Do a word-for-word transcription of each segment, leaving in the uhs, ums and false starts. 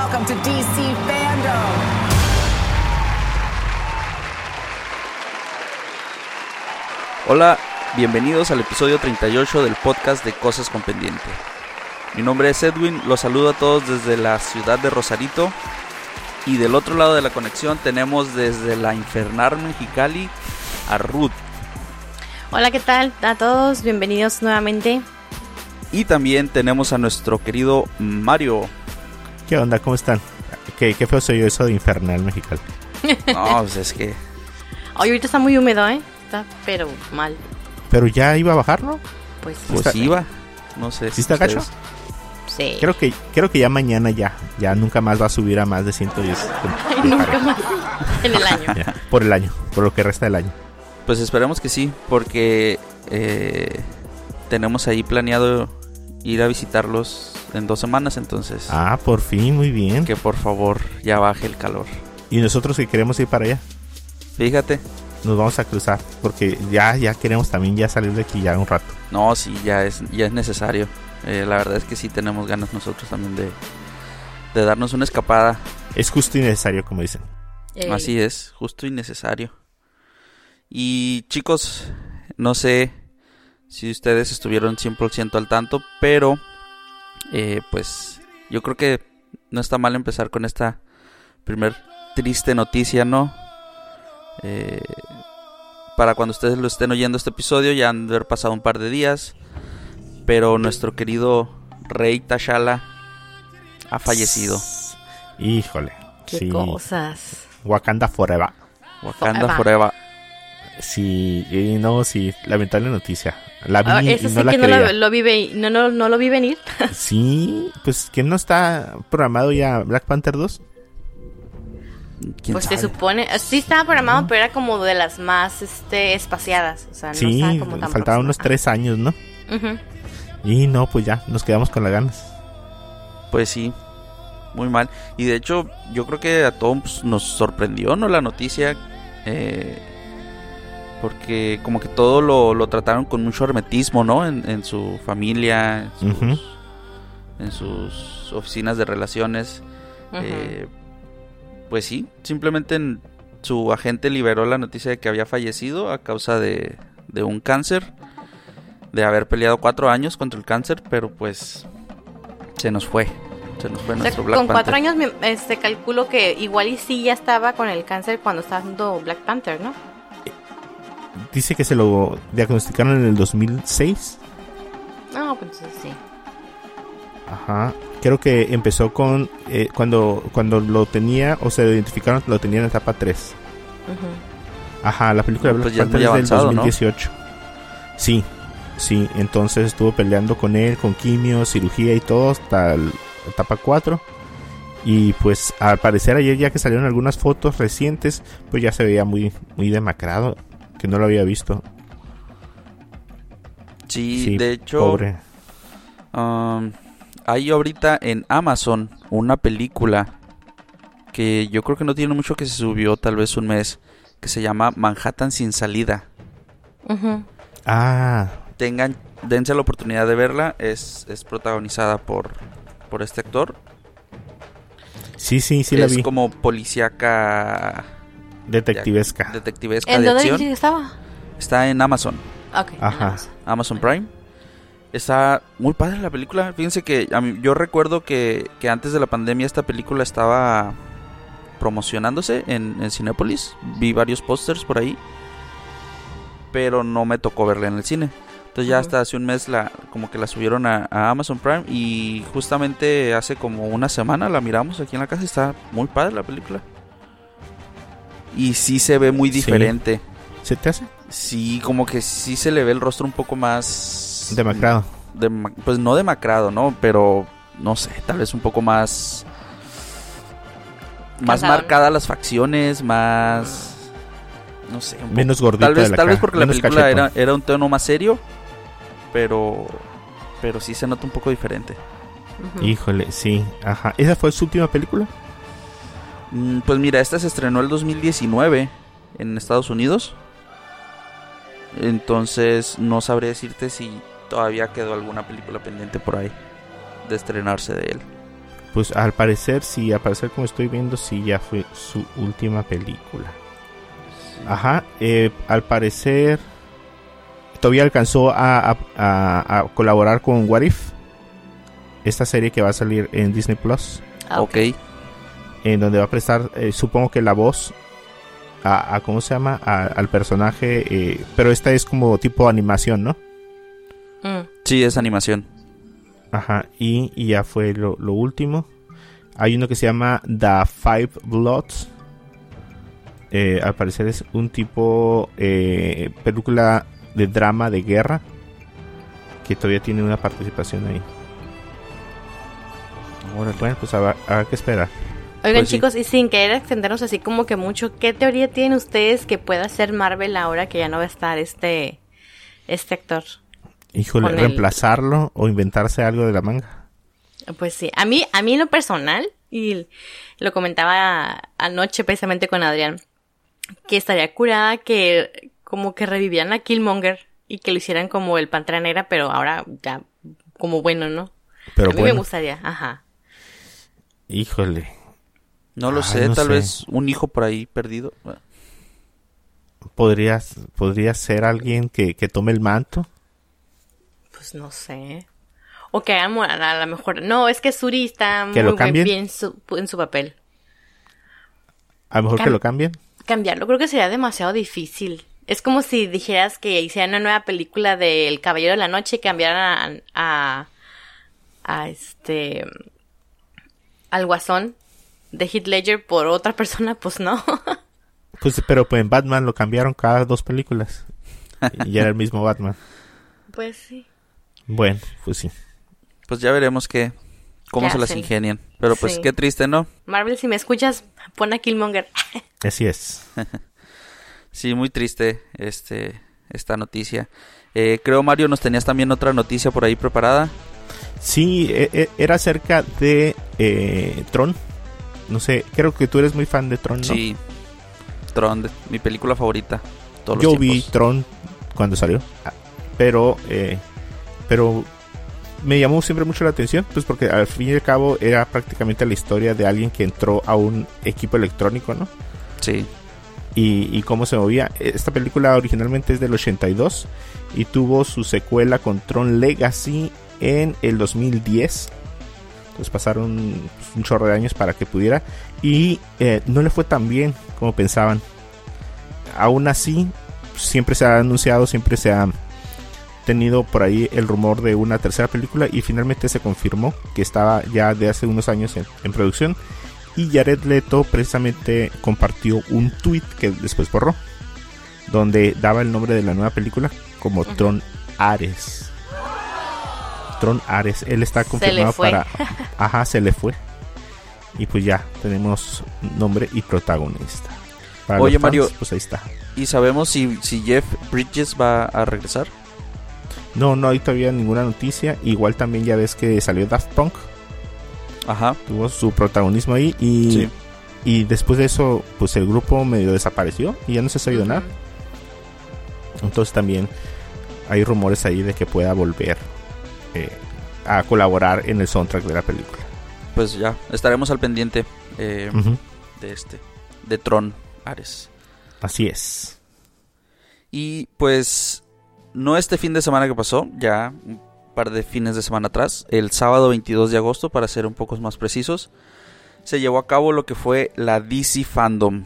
welcome to D C Fandom. Hola, bienvenidos al episodio treinta y ocho del podcast de Cosas con Pendiente. Mi nombre es Edwin, los saludo a todos desde la ciudad de Rosarito. Y del otro lado de la conexión tenemos desde la infernal Mexicali a Ruth. Hola, ¿qué tal a todos? Bienvenidos nuevamente. Y también tenemos a nuestro querido Mario. ¿Qué onda? ¿Cómo están? Qué, qué feo soy yo eso de infernal Mexicali. No, pues es que... Hoy ahorita está muy húmedo, ¿eh? Está pero mal. Pero ya iba a bajar, ¿no? Pues, Pues está... iba. No sé. ¿Sí está gacho? Sí. Creo que, creo que ya mañana ya. Ya nunca más va a subir a más de ciento diez. Ay, nunca más. En el año. Ya, por el año. Por lo que resta del año. Pues esperemos que sí, porque eh, tenemos ahí planeado ir a visitarlos en dos semanas, entonces Ah, por fin, muy bien. que por favor ya baje el calor. Y nosotros que queremos ir para allá, Fíjate, nos vamos a cruzar. Porque ya, ya queremos también ya salir de aquí ya un rato. no, sí, ya es, ya es necesario. Eh, la verdad es que sí tenemos ganas nosotros también de, de darnos una escapada. Es justo y necesario, como dicen. Ey. Así es, justo y necesario. Y chicos, no sé si ustedes estuvieron cien por ciento al tanto, pero eh, pues yo creo que no está mal empezar con esta primer triste noticia, ¿no? Eh, para cuando ustedes lo estén oyendo este episodio ya han de haber pasado un par de días, pero nuestro querido Rey T'Challa ha fallecido. Híjole. Qué Sí. cosas. Wakanda Forever. Wakanda Forever. Forever. Sí, y no, sí, lamentable noticia. La vi Ah, y eso sí no la que no creía. lo, lo vi ve- no, no, no lo vi venir. Sí, pues que no está programado ya Black Panther dos. ¿Quién Pues sabe? se supone, sí estaba programado, pero era como de las más este espaciadas. O sea, no Sí, estaba como tan faltaban unos próxima. tres años, ¿no? Ujú. Y no, pues ya, nos quedamos con las ganas. Pues sí, muy mal. Y de hecho, yo creo que a todos pues, nos sorprendió, ¿no? La noticia. Eh, porque como que todo lo, lo trataron con mucho hermetismo, ¿no? En, en su familia, en sus, Ujú. en sus oficinas de relaciones. Ujú. Eh, pues sí, simplemente en- su agente liberó la noticia de que había fallecido a causa de, de un cáncer. De haber peleado cuatro años contra el cáncer, pero pues se nos fue. Se nos fue O sea, nuestro Black con cuatro Panther. años me, este, calculo que igual y sí ya estaba con el cáncer cuando estaba haciendo Black Panther, ¿no? Dice que se lo diagnosticaron en el dos mil seis. No, pues entonces sí. Ajá. Creo que empezó con eh, cuando cuando lo tenía o se lo identificaron, lo tenía en etapa tres. Ujú. Ajá, la película de Pues Black ya es Panther muy es del avanzado, dos mil dieciocho. Sí, sí, entonces estuvo peleando con él, con quimio, cirugía y todo hasta la etapa cuatro. Y pues al parecer ayer ya que salieron algunas fotos recientes, pues ya se veía muy, muy demacrado, que no lo había visto. Sí, Sí, de hecho, pobre. um, hay ahorita en Amazon una película que yo creo que no tiene mucho que se subió, tal vez un mes, que se llama Manhattan sin salida. Ujú. Ah, Tengan, dense la oportunidad de verla, es, es protagonizada por, por este actor. sí, sí, sí la es vi. como policíaca, Detectivesca. detectivesca ¿En de dónde acción. dijiste que estaba? Está en Amazon. Ok. Ajá. Amazon Prime. Está muy padre la película. Fíjense que a mí, yo recuerdo que, que antes de la pandemia esta película estaba promocionándose en, en Cinépolis. Vi varios pósters por ahí, pero no me tocó verla en el cine. Entonces ya Ujú. hasta hace un mes la, como que la subieron a, a Amazon Prime. Y justamente hace como una semana la miramos aquí en la casa. Está muy padre la película. Y sí se ve muy Sí. diferente. ¿Se te hace? Sí, como que sí se le ve el rostro un poco más... Demacrado. dema- pues no demacrado, ¿no? Pero, no sé, tal vez un poco más... Más Cansado. marcadas las facciones, más... No sé. un poco- Menos gordita Tal vez, de la tal vez cara, porque la menos película era, cachetón. era un tono más serio, pero... Pero sí se nota un poco diferente. Ujú. Híjole, sí. Ajá. ¿Esa fue su última película? Mm, Pues mira, esta se estrenó el dos mil diecinueve en Estados Unidos. Entonces no sabré decirte si todavía quedó alguna película pendiente por ahí de estrenarse de él. Pues al parecer, sí, al parecer como estoy viendo, sí, ya fue su última película. Sí. Ajá, eh, al parecer todavía alcanzó a, a, a, a colaborar con What If, esta serie que va a salir en Disney Plus. Ah, ok. En donde va a prestar, eh, supongo que la voz a, a ¿cómo se llama? A, al personaje, eh, pero esta es como tipo animación, ¿no? Mm. Sí, es animación. Ajá, y, y ya fue lo, lo último. Hay uno que se llama The Five Bloods. Eh, al parecer es un tipo eh, película de drama de guerra que todavía tiene una participación ahí. Bueno, pues habrá, habrá que esperar. Oigan, Pues sí. chicos, y sin querer extendernos así como que mucho, ¿qué teoría tienen ustedes que pueda hacer Marvel ahora que ya no va a estar este, este actor? Híjole, Con reemplazarlo el... o inventarse algo de la manga. Pues sí, a mí, a mí en lo personal, y lo comentaba anoche precisamente con Adrián, que estaría curada que como que revivieran a Killmonger y que lo hicieran como el Pantera Negra, pero ahora ya como bueno, ¿no? Pero a mí bueno. me gustaría, ajá. Híjole. No lo Ay, sé, no tal sé. vez un hijo por ahí perdido. ¿Podría, podría ser alguien que, que tome el manto? Pues no sé. O que hagan a lo mejor... No, es que Shuri está ¿Que muy lo cambien? bien su- en su papel. A lo mejor Cam- que lo cambien. Cambiarlo creo que sería demasiado difícil. Es como si dijeras que hicieran una nueva película de El Caballero de la Noche y cambiaran a, a, a este... al Guasón de Heath Ledger por otra persona, pues no. Pues, pero pues en Batman lo cambiaron cada dos películas. Y ya era el mismo Batman. Pues sí. Bueno, pues sí. Pues ya veremos qué, cómo ¿Qué se las hacen? ingenian. Pero pues Sí. qué triste, ¿no? Marvel, si me escuchas, pon a Killmonger. Así es. Sí, muy triste este esta noticia. Eh, creo, Mario, nos tenías también otra noticia por ahí preparada. Sí, e- e- era acerca de eh, Tron. No sé, creo que tú eres muy fan de Tron, ¿no? Sí, Tron, de- mi película favorita. Todos Yo los vi tiempos. Tron cuando salió, pero eh, pero me llamó siempre mucho la atención, pues porque al fin y al cabo era prácticamente la historia de alguien que entró a un equipo electrónico, ¿no? Sí, Y, y cómo se movía. Esta película originalmente es del ochenta y dos y tuvo su secuela con Tron Legacy en el dos mil diez. Entonces pasaron pues, un chorro de años para que pudiera y eh, no le fue tan bien como pensaban. Aún así, siempre se ha anunciado, siempre se ha tenido por ahí el rumor de una tercera película y finalmente se confirmó que estaba ya de hace unos años en, en producción. Y Jared Leto precisamente compartió un tweet que después borró, donde daba el nombre de la nueva película como uh-huh. Tron Ares. Tron Ares, él está confirmado para... Ajá, se le fue. Y pues ya, tenemos nombre y protagonista. Para Oye, los fans, Mario, pues ahí está. ¿Y sabemos si, si Jeff Bridges va a regresar? No, no hay todavía ninguna noticia. Igual también ya ves que salió Daft Punk. Ajá. Tuvo su protagonismo ahí y, sí. y después de eso, pues el grupo medio desapareció y ya no se ha sabido uh-huh. nada. Entonces también hay rumores ahí de que pueda volver eh, a colaborar en el soundtrack de la película. Pues ya, estaremos al pendiente eh, uh-huh. de este, de Tron Ares. Así es. Y pues, no este fin de semana que pasó, ya un par de fines de semana atrás, el sábado veintidós de agosto, para ser un poco más precisos, se llevó a cabo lo que fue la D C Fandom.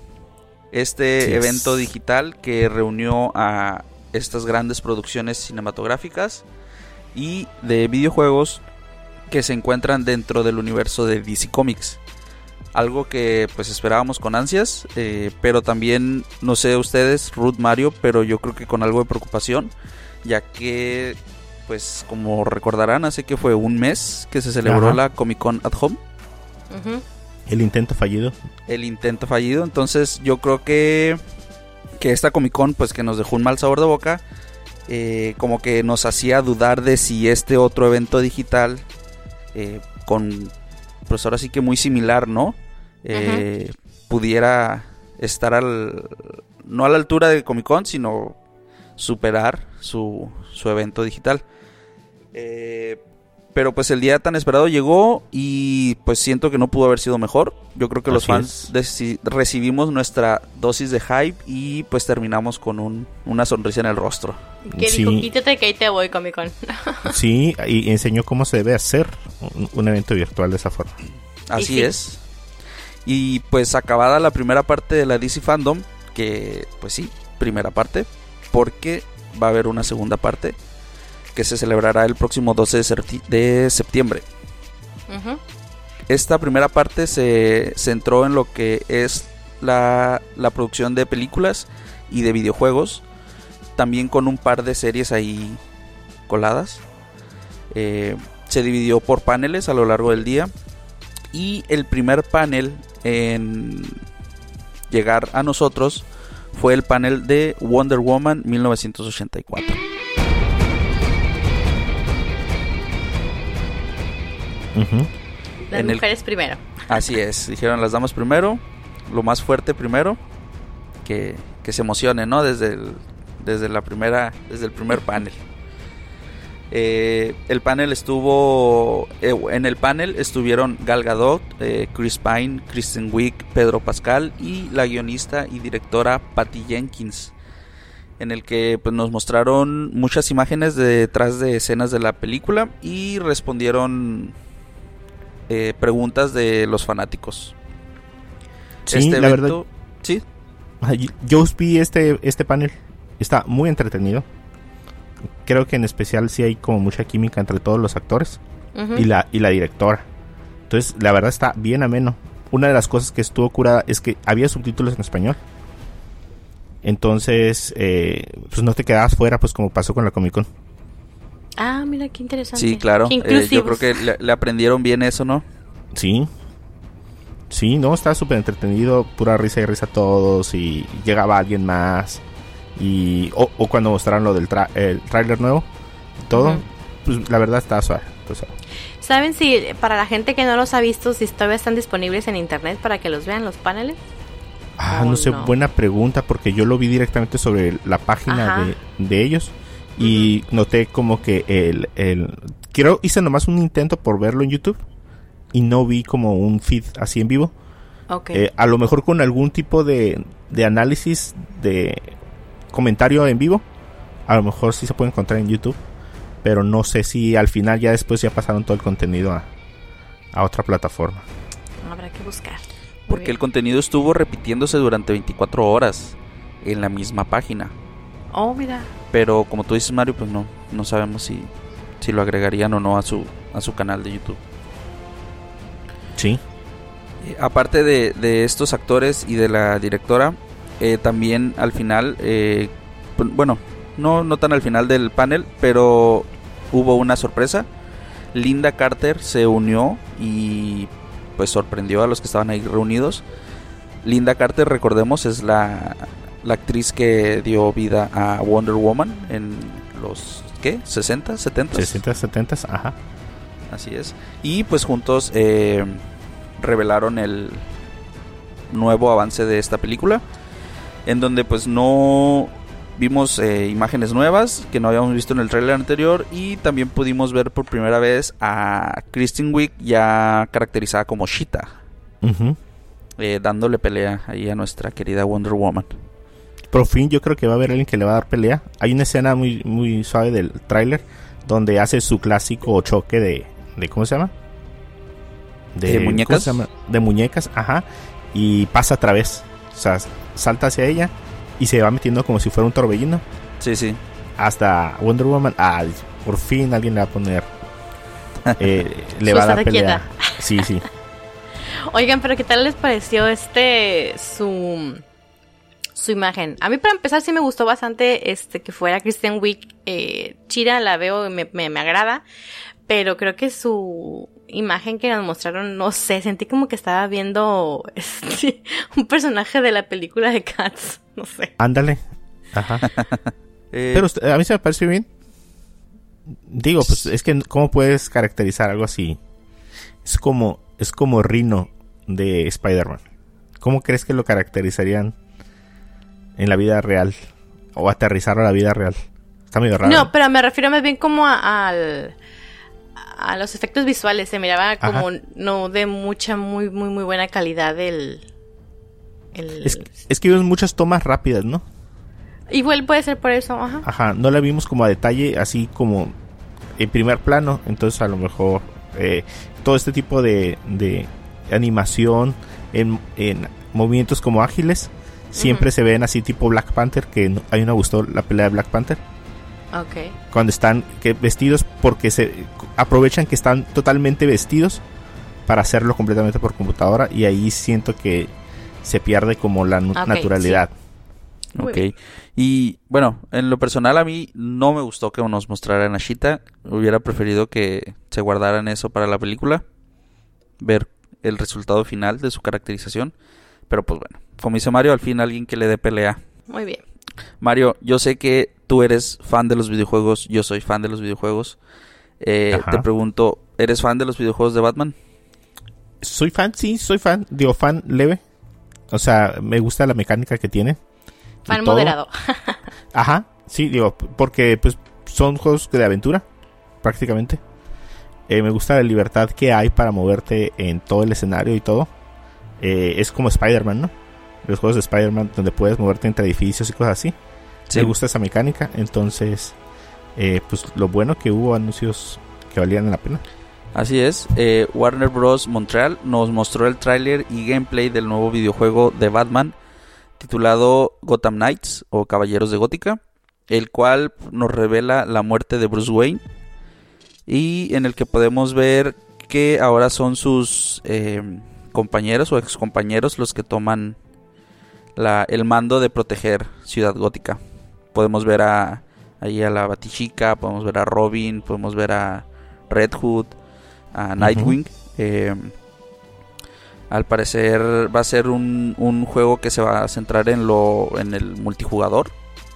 Este sí evento digital que reunió a estas grandes producciones cinematográficas y de videojuegos que se encuentran dentro del universo de D C Comics. Algo que pues esperábamos con ansias, eh, pero también, no sé ustedes, Ruth, Mario, pero yo creo que con algo de preocupación, ya que, pues como recordarán, hace que fue un mes que se celebró Ajá. la Comic Con at Home. Uh-huh. El intento fallido. El intento fallido, entonces yo creo que, que esta Comic Con, pues que nos dejó un mal sabor de boca, eh, como que nos hacía dudar de si este otro evento digital, eh, con... pues ahora sí que muy similar, ¿no? Eh, uh-huh. Pudiera estar al no a la altura de Comic Con, sino superar su, su evento digital. Eh, Pero pues el día tan esperado llegó y pues siento que no pudo haber sido mejor. Yo creo que los Así fans deci- recibimos nuestra dosis de hype y pues terminamos con un, una sonrisa en el rostro. Que Sí. dijo, quítate que ahí te voy, Comic Con. Sí, y enseñó cómo se debe hacer un, un evento virtual de esa forma. Así sí. es. Y pues acabada la primera parte de la D C Fandom, que pues sí, primera parte, porque va a haber una segunda parte que se celebrará el próximo doce de, serti- de septiembre. Ujú. Esta primera parte se centró en lo que es la, la producción de películas y de videojuegos, también con un par de series ahí coladas. Eh, se dividió por paneles a lo largo del día y el primer panel en llegar a nosotros fue el panel de Wonder Woman mil novecientos ochenta y cuatro. Ujú. Las En el- mujeres primero. Así es, dijeron las damas primero, lo más fuerte primero, que, que se emocionen, ¿no? Desde el, desde la primera, desde el primer panel. Eh, el panel estuvo, eh, en el panel estuvieron Gal Gadot, eh, Chris Pine, Kristen Wiig, Pedro Pascal y la guionista y directora Patty Jenkins, en el que pues, nos mostraron muchas imágenes de detrás de escenas de la película y respondieron eh, preguntas de los fanáticos. Sí, Este la evento- verdad, sí, ay, yo vi este, este panel. Está muy entretenido. Creo que en especial sí hay como mucha química entre todos los actores Ujú. y la y la directora. Entonces, la verdad está bien ameno. Una de las cosas que estuvo curada es que había subtítulos en español. Entonces, eh, pues no te quedabas fuera, pues como pasó con la Comic Con. Ah, mira, qué interesante. sí, claro. Qué Eh, yo inclusivos. creo que le, le aprendieron bien eso, ¿no? Sí. Sí, no, estaba súper entretenido, pura risa y risa a todos, y llegaba alguien más. Y o, o cuando mostraron lo del tra- el tráiler nuevo, todo, Ujú. pues la verdad estaba suave. Pues, suave. ¿Saben si para la gente que no los ha visto, si todavía están disponibles en internet para que los vean los paneles? Ah, Oh, no sé, no. buena pregunta, porque yo lo vi directamente sobre la página Ajá. de, de ellos y noté como que el, el... Quiero, hice nomás un intento por verlo en YouTube y no vi como un feed así en vivo. Ok. Eh, a lo mejor con algún tipo de, de análisis, de comentario en vivo, a lo mejor sí se puede encontrar en YouTube, pero no sé si al final ya después ya pasaron todo el contenido a, a otra plataforma. Habrá que buscar. Muy Porque bien. el contenido estuvo repitiéndose durante veinticuatro horas en la misma página. Oh, mira. Pero como tú dices, Mario, pues no, no sabemos si, si lo agregarían o no a su, a su canal de YouTube. Sí. Eh, aparte de, de estos actores y de la directora, eh, también al final, eh, pues, bueno, no, no tan al final del panel, pero hubo una sorpresa. Linda Carter se unió y pues sorprendió a los que estaban ahí reunidos. Linda Carter, recordemos, es la, la actriz que dio vida a Wonder Woman en los, ¿qué? ¿sesenta? ¿setenta? sesenta, setenta, ajá. Así es. Y pues juntos eh, revelaron el nuevo avance de esta película, en donde pues no vimos eh, imágenes nuevas que no habíamos visto en el tráiler anterior, y también pudimos ver por primera vez a Kristen Wiig ya caracterizada como Cheetah, Ujú. eh, dándole pelea ahí a nuestra querida Wonder Woman. Por fin yo creo que va a haber alguien que le va a dar pelea. Hay una escena muy muy suave del tráiler donde hace su clásico choque de, de ¿cómo se llama? ¿De muñecas? ¿cómo se llama? De muñecas, ajá. Y pasa a través. O sea, salta hacia ella y se va metiendo como si fuera un torbellino Sí, sí. hasta Wonder Woman. Ah, por fin alguien le va a poner eh, le Su va a dar estate pelea. quieta. Sí, sí. Oigan, pero ¿qué tal les pareció este su su imagen? A mí para empezar sí me gustó bastante este que fuera Kristen Wiig. Eh, Chira la veo y me, me, me agrada, pero creo que su imagen que nos mostraron, no sé, sentí como que estaba viendo este, un personaje de la película de Cats, no sé. Ándale. Ajá. Eh, Pero usted- a mí se me pareció bien. Digo, pues es que ¿cómo puedes caracterizar algo así? Es como es como Rhino de Spider-Man. ¿Cómo crees que lo caracterizarían en la vida real? O aterrizarlo a la vida real. Está medio raro. No, pero me refiero más bien como a- al a los efectos visuales. Se miraba como Ajá. no de mucha, muy, muy, muy buena calidad el... el... Es, es que vimos muchas tomas rápidas, ¿no? Igual puede ser por eso, ajá. Ajá, no la vimos como a detalle, así como en primer plano. Entonces a lo mejor eh, todo este tipo de, de animación en, en movimientos como ágiles siempre uh-huh. se ven así tipo Black Panther, que no, a mí me gustó la pelea de Black Panther. Okay. Cuando están que vestidos, porque se aprovechan que están totalmente vestidos para hacerlo completamente por computadora, y ahí siento que se pierde como la okay, naturalidad. Sí. Ok, y bueno, en lo personal a mí no me gustó que nos mostraran a Cheetah. Hubiera preferido que se guardaran eso para la película, ver el resultado final de su caracterización. Pero pues bueno, como dice Mario, al fin alguien que le dé pelea. Muy bien. Mario, yo sé que tú eres fan de los videojuegos, yo soy fan de los videojuegos. Eh, te pregunto, ¿eres fan de los videojuegos de Batman? Soy fan, sí, soy fan. Digo, fan leve. O sea, me gusta la mecánica que tiene. Fan moderado. Ajá, sí, digo, porque pues son juegos de aventura, prácticamente. Eh, me gusta la libertad que hay para moverte en todo el escenario y todo. Eh, es como Spider-Man, ¿no? Los juegos de Spider-Man donde puedes moverte entre edificios y cosas así. Sí. Me gusta esa mecánica, entonces, eh, pues lo bueno que hubo anuncios que valían la pena. Así es, eh, Warner Bros. Montreal nos mostró el tráiler y gameplay del nuevo videojuego de Batman titulado Gotham Knights o Caballeros de Gótica, el cual nos revela la muerte de Bruce Wayne y en el que podemos ver que ahora son sus eh, compañeros o excompañeros los que toman la, el mando de proteger Ciudad Gótica. Podemos ver a, ahí a la Batichica, podemos ver a Robin, podemos ver a Red Hood, a Nightwing. Uh-huh. eh, Al parecer va a ser un, un juego que se va a centrar en lo en el multijugador,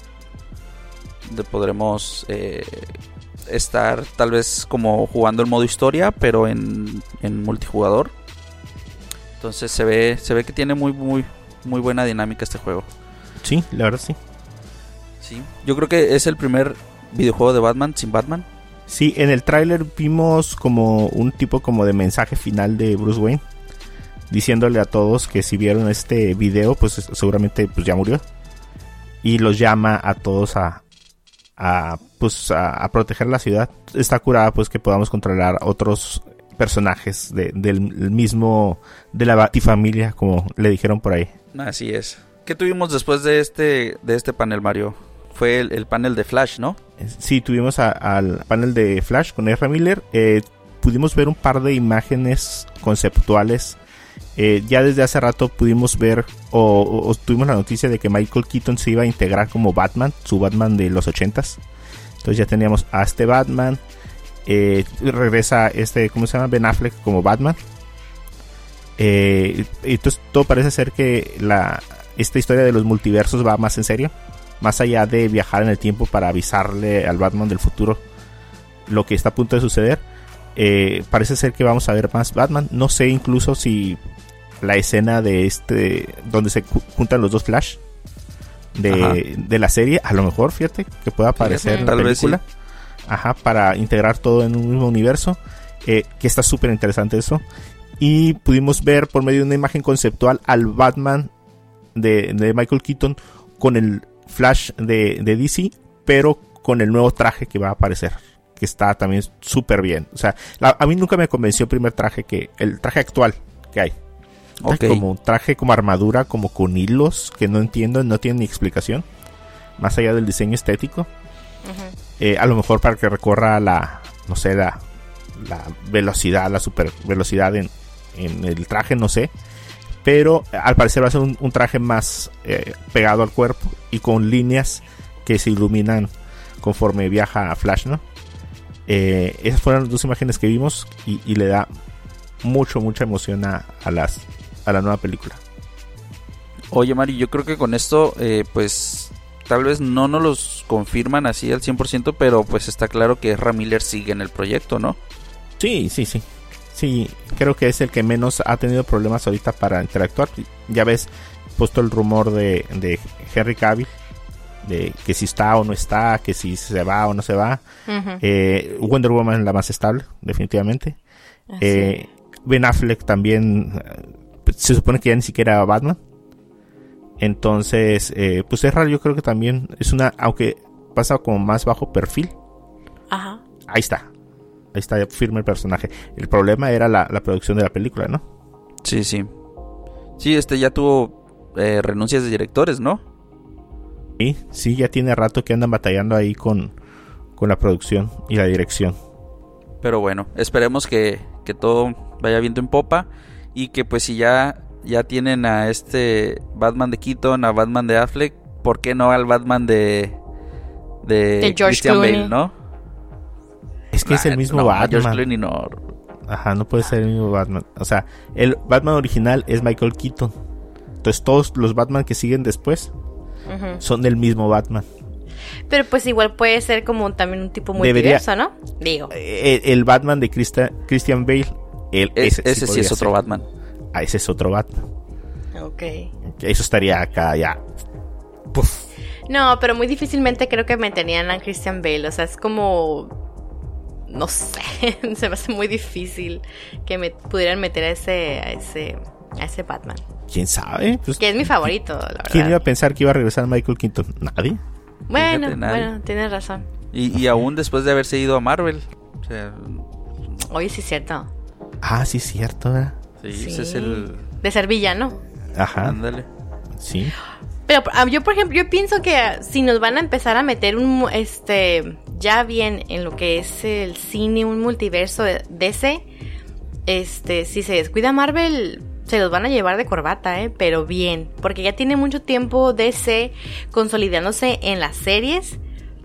donde podremos eh, estar tal vez como jugando el modo historia, pero en, en multijugador. Entonces se ve se ve que tiene muy muy muy buena dinámica este juego. Sí, la verdad sí. Sí, yo creo que es el primer videojuego de Batman sin Batman. Sí, en el tráiler vimos como un tipo como de mensaje final de Bruce Wayne, diciéndole a todos que si vieron este video, pues seguramente pues ya murió. Y los llama a todos a, a pues a, a proteger la ciudad. Está curada pues que podamos controlar otros personajes de, del mismo, de la Batifamilia, como le dijeron por ahí. Así es. ¿Qué tuvimos después de este, de este panel, Mario? Fue el, el panel de Flash, ¿no? Sí, tuvimos a, al panel de Flash con Ezra Miller. Eh, pudimos ver un par de imágenes conceptuales. Eh, ya desde hace rato pudimos ver o, o, o tuvimos la noticia de que Michael Keaton se iba a integrar como Batman, su Batman de los ochentas. Entonces ya teníamos a este Batman. Eh, regresa este, ¿cómo se llama? Ben Affleck como Batman. Eh, entonces todo parece ser que la esta historia de los multiversos va más en serio, más allá de viajar en el tiempo para avisarle al Batman del futuro lo que está a punto de suceder. Eh, parece ser que vamos a ver más Batman. No sé incluso si la escena de este donde se juntan los dos Flash de, de la serie, a lo mejor, fíjate, que pueda aparecer sí, en la película. Sí. Ajá, para integrar todo en un mismo universo. Eh, que está súper interesante eso. Y pudimos ver por medio de una imagen conceptual al Batman de, de Michael Keaton con el Flash de, de D C, pero con el nuevo traje que va a aparecer, que está también súper bien. O sea, la, a mí nunca me convenció el primer traje que el traje actual que hay. Okay. Como un traje como armadura, como con hilos, que no entiendo, no tiene ni explicación, más allá del diseño estético. Uh-huh. Eh, a lo mejor para que recorra la, no sé, la, la velocidad, la super velocidad en, en el traje, no sé. Pero al parecer va a ser un, un traje más eh, pegado al cuerpo y con líneas que se iluminan conforme viaja a Flash, ¿no? Eh, esas fueron las dos imágenes que vimos y, y le da mucho, mucha emoción a, a, las, a la nueva película. Oye, Mari, yo creo que con esto, eh, pues, tal vez no nos los confirman así al cien por ciento, pero pues está claro que Ezra Miller sigue en el proyecto, ¿no? Sí, sí, sí. Sí, creo que es el que menos ha tenido problemas ahorita para interactuar. Ya ves, puesto el rumor de, de Henry Cavill, de que si está o no está, que si se va o no se va. Ujú. eh, Wonder Woman es la más estable, definitivamente. Así. eh, Ben Affleck también, eh, se supone que ya ni siquiera era Batman. Entonces, eh, pues es raro, yo creo que también es una, aunque pasa como más bajo perfil. Ajá. Ahí está. Ahí está firme el personaje. El problema era la, la producción de la película, ¿no? Sí, sí. Sí, este ya tuvo eh, renuncias de directores, ¿no? Sí, sí, ya tiene rato que andan batallando ahí con, con la producción y la dirección. Pero bueno, esperemos que, que todo vaya viento en popa. Y que pues si ya, ya tienen a este Batman de Keaton, a Batman de Affleck, ¿por qué no al Batman de, de, De George Christian Clooney. Bale, no? Es que es el mismo no, Batman. George Clooney no. Ajá, no puede ser el mismo Batman. O sea, el Batman original es Michael Keaton. Entonces todos los Batman que siguen después Ujú. son del mismo Batman. Pero pues igual puede ser como también un tipo Debería- multiverso, ¿no? Digo. El, el Batman de Christa- Christian Bale, el, Es- ese, ese sí podría es otro ser. Batman. Ah, ese es otro Batman. Ok. Eso estaría acá ya. Puf. No, pero muy difícilmente creo que meterían a Christian Bale. O sea, es como... No sé. Se me hace muy difícil que me pudieran meter a ese... A ese... A ese Batman. ¿Quién sabe? Pues, Que es mi favorito, la verdad. ¿quién iba a pensar que iba a regresar Michael Keaton? Nadie. Bueno, Fíjate, nadie. bueno, tienes razón. Y, y aún después de haberse ido a Marvel. O sea, Oye, sí es cierto. Ah, sí, es cierto, ¿verdad? sí, Sí. ese es el... De ser villano. Ajá, Ándale. sí. Pero ah, yo, por ejemplo, yo pienso que ah, si nos van a empezar a meter un, este, ya bien en lo que es el cine, un multiverso de D C, este, si se descuida Marvel, se los van a llevar de corbata, eh, pero bien, porque ya tiene mucho tiempo D C consolidándose en las series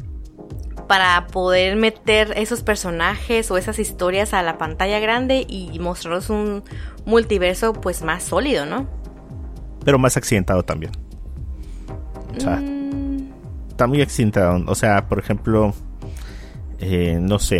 para poder meter esos personajes o esas historias a la pantalla grande y mostrarnos un multiverso pues más sólido, ¿no? Pero más accidentado también. O sea, Mm, está muy accidentado. O sea, por ejemplo, eh, no sé.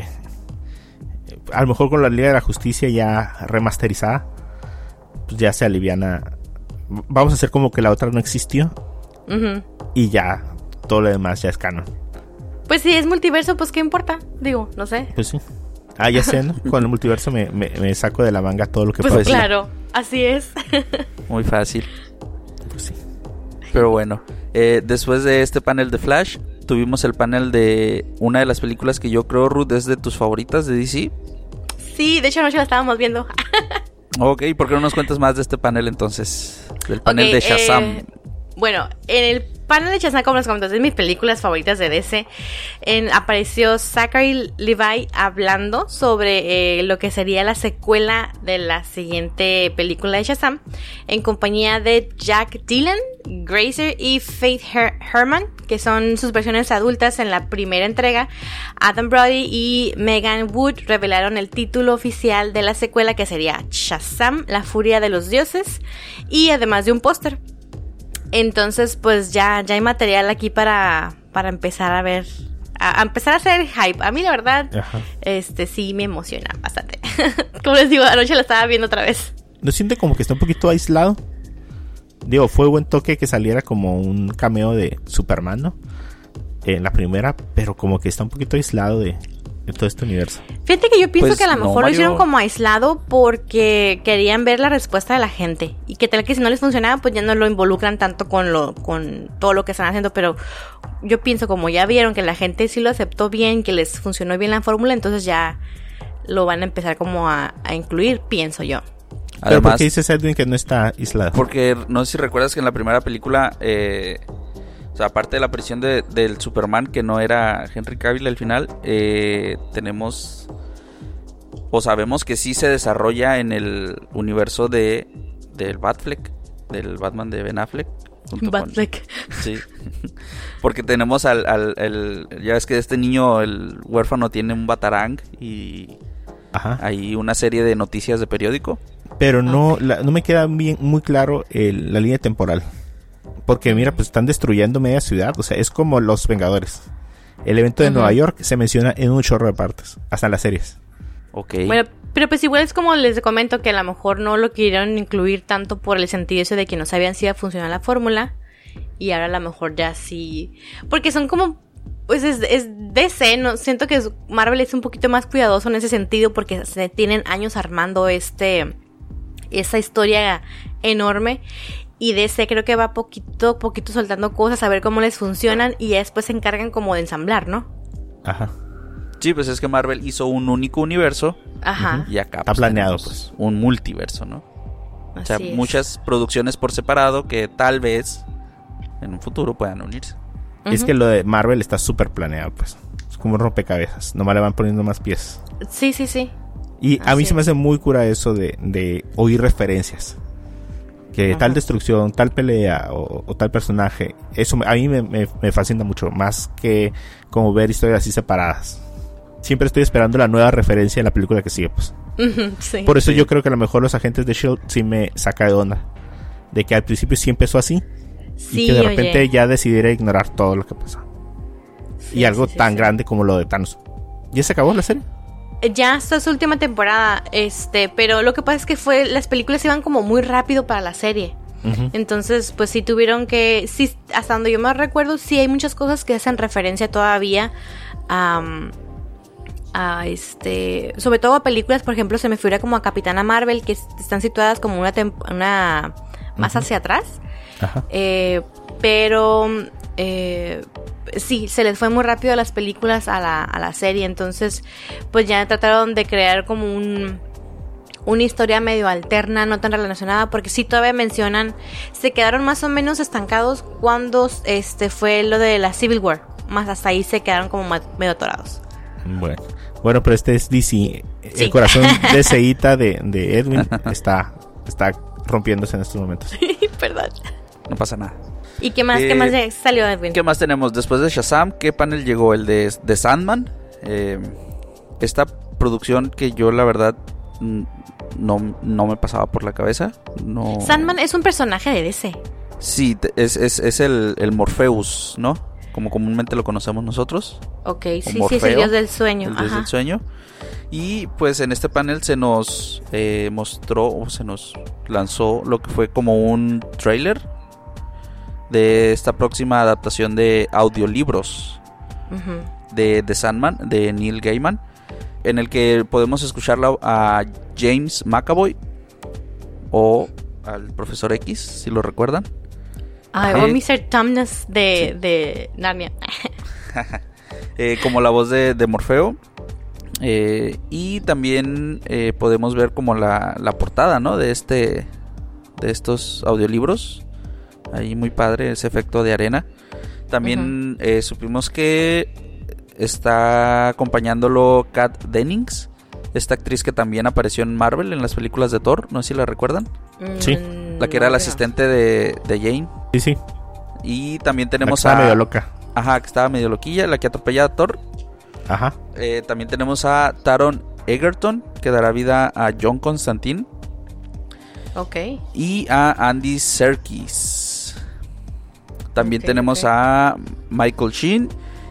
A lo mejor con la Liga de la Justicia ya remasterizada, pues ya se aliviana. Vamos a hacer como que la otra no existió ujú. y ya todo lo demás ya es canon. Pues si es multiverso, pues qué importa. Digo, no sé. Pues sí. Ah, ya sé, ¿no? Con el multiverso me, me, me saco de la manga todo lo que Pues puedo. claro, así es. Muy fácil. Pues sí. Pero bueno, eh, después de este panel de Flash, tuvimos el panel de una de las películas que yo creo, Ruth, es de tus favoritas de D C. Sí, de hecho anoche la estábamos viendo. Ok, ¿por qué no nos cuentas más de este panel entonces? Del panel Ok, de Shazam. eh, bueno, en el panel de Shazam, como les comenté, es de mis películas favoritas de D C. En, apareció Zachary Levi hablando sobre eh, lo que sería la secuela de la siguiente película de Shazam, en compañía de Jack Dylan, Grazer y Faith Her- Herman, que son sus versiones adultas en la primera entrega. Adam Brody y Megan Wood revelaron el título oficial de la secuela, que sería Shazam, la furia de los dioses, y además de un póster. Entonces, pues ya, ya hay material aquí para, para empezar a ver, a, a empezar a hacer hype. A mí, la verdad, Ajá. este sí me emociona bastante. Como les digo, anoche la estaba viendo otra vez. ¿No siente como que está un poquito aislado? Digo, fue buen toque que saliera como un cameo de Superman, ¿no? En la primera, pero como que está un poquito aislado de, de todo este universo. Fíjate que yo pienso Pues que a lo no, mejor lo Mario. hicieron como aislado porque querían ver la respuesta de la gente. Y que tal que si no les funcionaba, pues ya no lo involucran tanto con lo, con todo lo que están haciendo. Pero yo pienso, como ya vieron que la gente sí lo aceptó bien, que les funcionó bien la fórmula, entonces ya lo van a empezar como a, a incluir, pienso yo. Pero ¿por Además, qué dices, Edwin, que no está aislado? porque no sé si recuerdas que en la primera película, eh, o sea, aparte de la aparición de, del Superman, que no era Henry Cavill al final, eh, tenemos, o sabemos que sí se desarrolla en el universo de del Batfleck, del Batman de Ben Affleck. junto con- Batfleck. Sí, porque tenemos al, al el, ya ves que este niño, el huérfano, tiene un batarang y Ajá. hay una serie de noticias de periódico. Pero no, la- no me queda bien muy claro el- la línea temporal. Porque mira, pues están destruyendo media ciudad. O sea, es como los Vengadores. El evento de Ujú. Nueva York se menciona en un chorro de partes. Hasta en las series. Ok. Bueno, pero pues igual es como les comento que a lo mejor no lo quisieron incluir tanto por el sentido ese de que no sabían si iba a funcionar la fórmula. y ahora a lo mejor ya sí, porque son como, pues es, es D C, ¿no? Siento que Marvel es un poquito más cuidadoso en ese sentido porque se tienen años armando este, esa historia enorme, y D C creo que va poquito, poquito soltando cosas a ver cómo les funcionan y ya después se encargan como de ensamblar, ¿no? Ajá. Sí, pues es que Marvel hizo un único universo. Ajá. Y acá está pues, planeado, pues. Un multiverso, ¿no? Así o sea, es. Muchas producciones por separado que tal vez en un futuro puedan unirse. Uh-huh. Es que lo de Marvel está súper planeado, pues. Es como un rompecabezas. Nomás le van poniendo más piezas. Sí, sí, sí. Y Así a mí se me es. hace muy cura eso de, de oír referencias. Que Ajá. tal destrucción, tal pelea o, o tal personaje. Eso a mí me, me, me fascina mucho. Más que como ver historias así separadas. Siempre estoy esperando la nueva referencia en la película que sigue, pues. Uh-huh, sí. Por eso Sí. yo creo que a lo mejor los agentes de S H I E L D sí me saca de onda. De que al principio sí empezó así. Sí, Y que de repente oye. ya decidiera ignorar todo lo que pasa. Sí, Y algo sí, sí, tan sí. grande como lo de Thanos. ¿Ya se acabó la serie? Ya hasta su última temporada, este, pero lo que pasa es que fue, las películas iban como muy rápido para la serie. Uh-huh. Entonces, pues sí tuvieron que, sí, hasta donde yo me recuerdo, sí hay muchas cosas que hacen referencia todavía a, a este, sobre todo a películas, por ejemplo, se me figura como a Capitana Marvel, que es- están situadas como una, tem- una más Ujú. hacia atrás. Ajá. Eh, pero eh, sí, se les fue muy rápido las películas a la, a la serie. Entonces pues ya trataron de crear como un una historia medio alterna, no tan relacionada, porque sí todavía mencionan, se quedaron más o menos estancados cuando este fue lo de la Civil War, más hasta ahí se quedaron como ma- medio atorados. Bueno. Bueno, pero este es D C. Sí. El corazón DCita de, de Edwin está, está rompiéndose en estos momentos. Perdón. No pasa nada. ¿Y qué más, Eh, qué más ya salió, Edwin? ¿Qué más tenemos? Después de Shazam, ¿qué panel llegó? El de, de Sandman. Eh, esta producción que yo la verdad mm, no, no me pasaba por la cabeza. No... Sandman es un personaje de D C. Sí, te- es, es, es el, el Morpheus, ¿no? Como comúnmente lo conocemos nosotros. Ok, O sí, sí, es Morfeo, el dios del sueño. El dios Ajá. del sueño. Y pues en este panel se nos eh, mostró o se nos lanzó lo que fue como un trailer de esta próxima adaptación de audiolibros Ujú. de, de Sandman, de Neil Gaiman, en el que podemos escuchar la- a James McAvoy o al Profesor X, si lo recuerdan. Ay, Ajá. o mister Tumnus de, Sí. de Narnia. eh, como la voz de, de Morfeo. Eh, y también eh, podemos ver como la, la portada, ¿no? De este, de estos audiolibros. Ahí muy padre ese efecto de arena. También uh-huh. eh, supimos que está acompañándolo Kat Dennings, esta actriz que también apareció en Marvel en las películas de Thor. No sé si la recuerdan. Sí. La que era la asistente de, de Jane. Sí, sí. Y también tenemos la que a... estaba medio loca. Ajá, que estaba medio loquilla, la que atropella a Thor. Ajá. Eh, también tenemos a Taron Egerton, que dará vida a John Constantine. Ok. Y a Andy Serkis. También okay, tenemos okay. a Michael Sheen.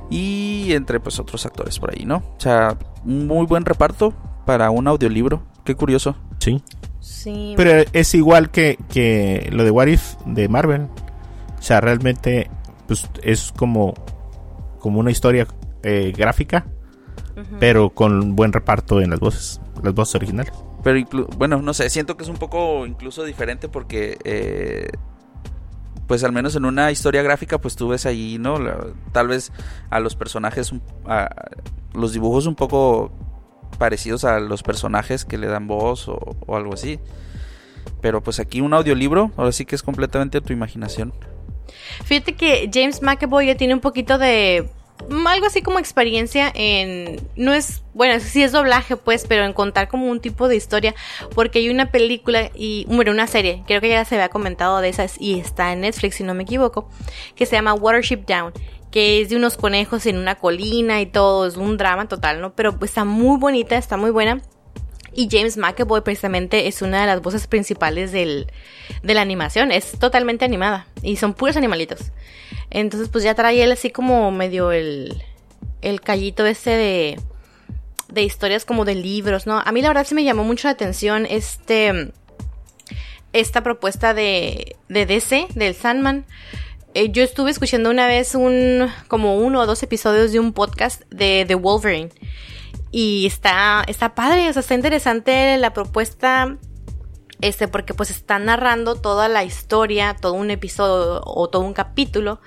Y entre pues otros actores por ahí, ¿no? O sea, un muy buen reparto para un audiolibro. Qué curioso. Sí. Sí. Pero es igual que, que lo de What If de Marvel. O sea, realmente pues es como, como una historia eh, gráfica, uh-huh. pero con buen reparto en las voces, las voces originales. Pero inclu- bueno, no sé, siento que es un poco incluso diferente porque eh, pues al menos en una historia gráfica pues tú ves ahí, ¿no? La, tal vez a los personajes, a, los dibujos un poco parecidos a los personajes que le dan voz o, o algo así. Pero pues aquí un audiolibro, ahora sí que es completamente a tu imaginación. Fíjate que James McAvoy ya tiene un poquito de... algo así como experiencia en... no es... bueno, sí es doblaje pues, pero en contar como un tipo de historia, porque hay una película y... bueno, una serie, creo que ya se había comentado de esas y está en Netflix si no me equivoco, que se llama Watership Down, que es de unos conejos en una colina y todo, es un drama total, ¿no? Pero pues está muy bonita, está muy buena. Y James McAvoy precisamente es una de las voces principales del, de la animación. Es totalmente animada. Y son puros animalitos. Entonces pues ya trae él así como medio el, el callito ese de, de historias como de libros, ¿no? A mí la verdad sí me llamó mucho la atención este, esta propuesta de, de D C, del Sandman. eh, yo estuve escuchando una vez un como uno o dos episodios de un podcast de The Wolverine. Y está, está padre, o sea, está interesante la propuesta, este, porque pues está narrando toda la historia, todo un episodio o todo un capítulo,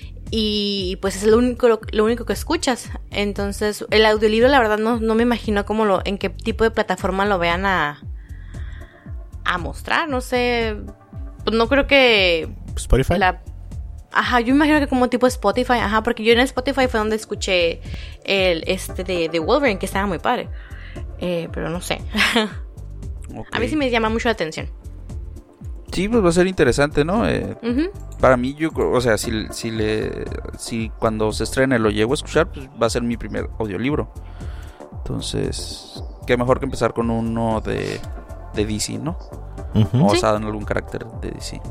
y pues es lo único, lo, lo único que escuchas. Entonces, el audiolibro, la verdad, no, no me imagino cómo lo, en qué tipo de plataforma lo vean a, a mostrar, no sé, pues no creo que... ¿Spotify? La, Ajá, yo imagino que como tipo Spotify, ajá, porque yo en Spotify fue donde escuché el este de, de Wolverine, que estaba muy padre. Eh, pero no sé. Okay. A mí sí me llama mucho la atención. Sí, pues va a ser interesante, ¿no? Eh, uh-huh. Para mí, yo, o sea, si, si le, si cuando se estrene lo llego a escuchar, pues va a ser mi primer audiolibro. Entonces, qué mejor que empezar con uno de, de D C, ¿no? Uh-huh. O basado ¿Sí? en algún carácter de D C.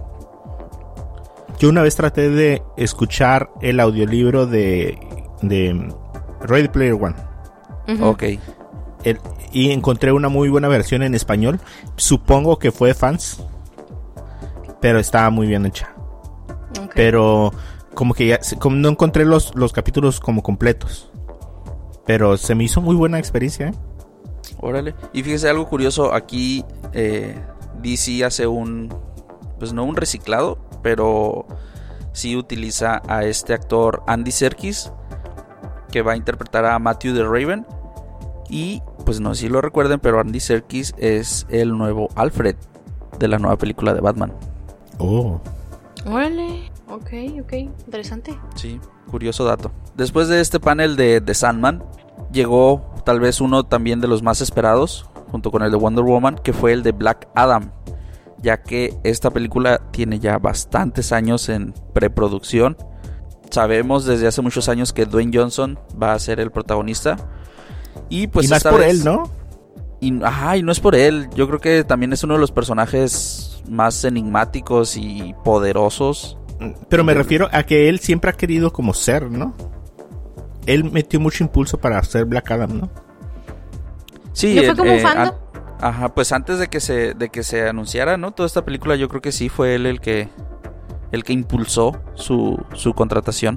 Yo una vez traté de escuchar el audiolibro de, de Ready Player One. Uh-huh. Ok. El, y encontré una muy buena versión en español. Supongo que fue de fans, pero estaba muy bien hecha. Okay. Pero como que ya como no encontré los, los capítulos como completos. Pero se me hizo muy buena experiencia, ¿eh? Órale. Y fíjese algo curioso. Aquí eh, D C hace un... Pues no un reciclado, pero sí utiliza a este actor Andy Serkis, que va a interpretar a Matthew the Raven. Y pues no sé si lo recuerden, pero Andy Serkis es el nuevo Alfred de la nueva película de Batman. Oh. Órale, ok, ok, interesante. Sí, curioso dato. Después de este panel de, de Sandman, llegó tal vez uno también de los más esperados, junto con el de Wonder Woman, que fue el de Black Adam, ya que esta película tiene ya bastantes años en preproducción. Sabemos desde hace muchos años que Dwayne Johnson va a ser el protagonista. Y pues y no es por vez, él, ¿no? Y, ajá, y no es por él. Yo creo que también es uno de los personajes más enigmáticos y poderosos. Pero me de... refiero a que él siempre ha querido como ser, ¿no? Él metió mucho impulso para ser Black Adam, ¿no? Sí. ¿No fue como eh, un fandom? An- Ajá, pues antes de que se de que se anunciara, ¿no? Toda esta película, yo creo que sí fue él el que el que impulsó su, su contratación.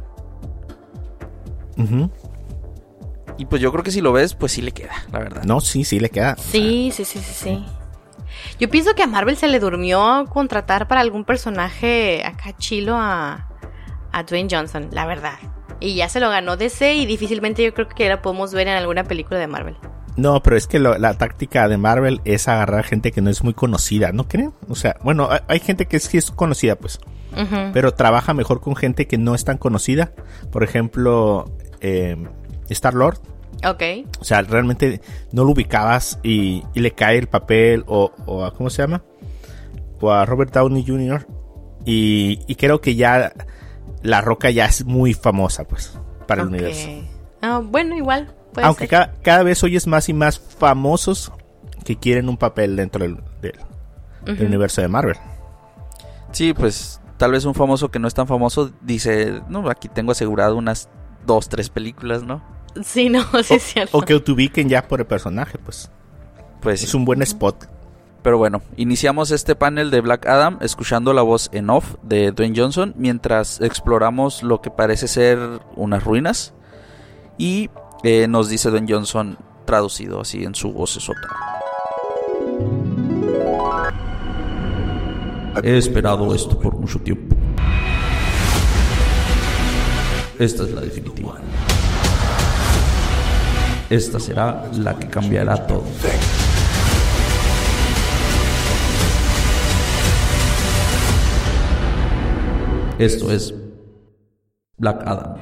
Uh-huh. Y pues yo creo que si lo ves, pues sí le queda, la verdad. No, sí, sí le queda. Sí, sí, sí, sí, sí. Yo pienso que a Marvel se le durmió contratar para algún personaje acá chilo a, a Dwayne Johnson, la verdad. Y ya se lo ganó D C y difícilmente yo creo que la podemos ver en alguna película de Marvel. No, pero es que lo, la táctica de Marvel es agarrar gente que no es muy conocida, ¿no creen? O sea, bueno, hay, hay gente que sí es conocida, pues. Uh-huh. Pero trabaja mejor con gente que no es tan conocida. Por ejemplo, eh, Star-Lord. Ok. O sea, realmente no lo ubicabas y, y le cae el papel o, o a, ¿cómo se llama? O a Robert Downey junior Y, y creo que ya La Roca ya es muy famosa, pues, para okay. el universo. Ah, bueno, igual. Aunque cada, cada vez oyes más y más famosos que quieren un papel dentro del, del, uh-huh. del universo de Marvel. Sí, pues tal vez un famoso que no es tan famoso dice, no, aquí tengo asegurado unas dos, tres películas, ¿no? Sí, no, sí o, es cierto. O que te ubiquen ya por el personaje, pues. Pues es sí. un buen spot. Pero bueno, iniciamos este panel de Black Adam escuchando la voz en off de Dwayne Johnson mientras exploramos lo que parece ser unas ruinas. Y eh, nos dice Dwayne Johnson traducido así en su voz sota. He esperado esto por mucho tiempo. Esta es la definitiva. Esta será la que cambiará todo. Esto es Black Adam.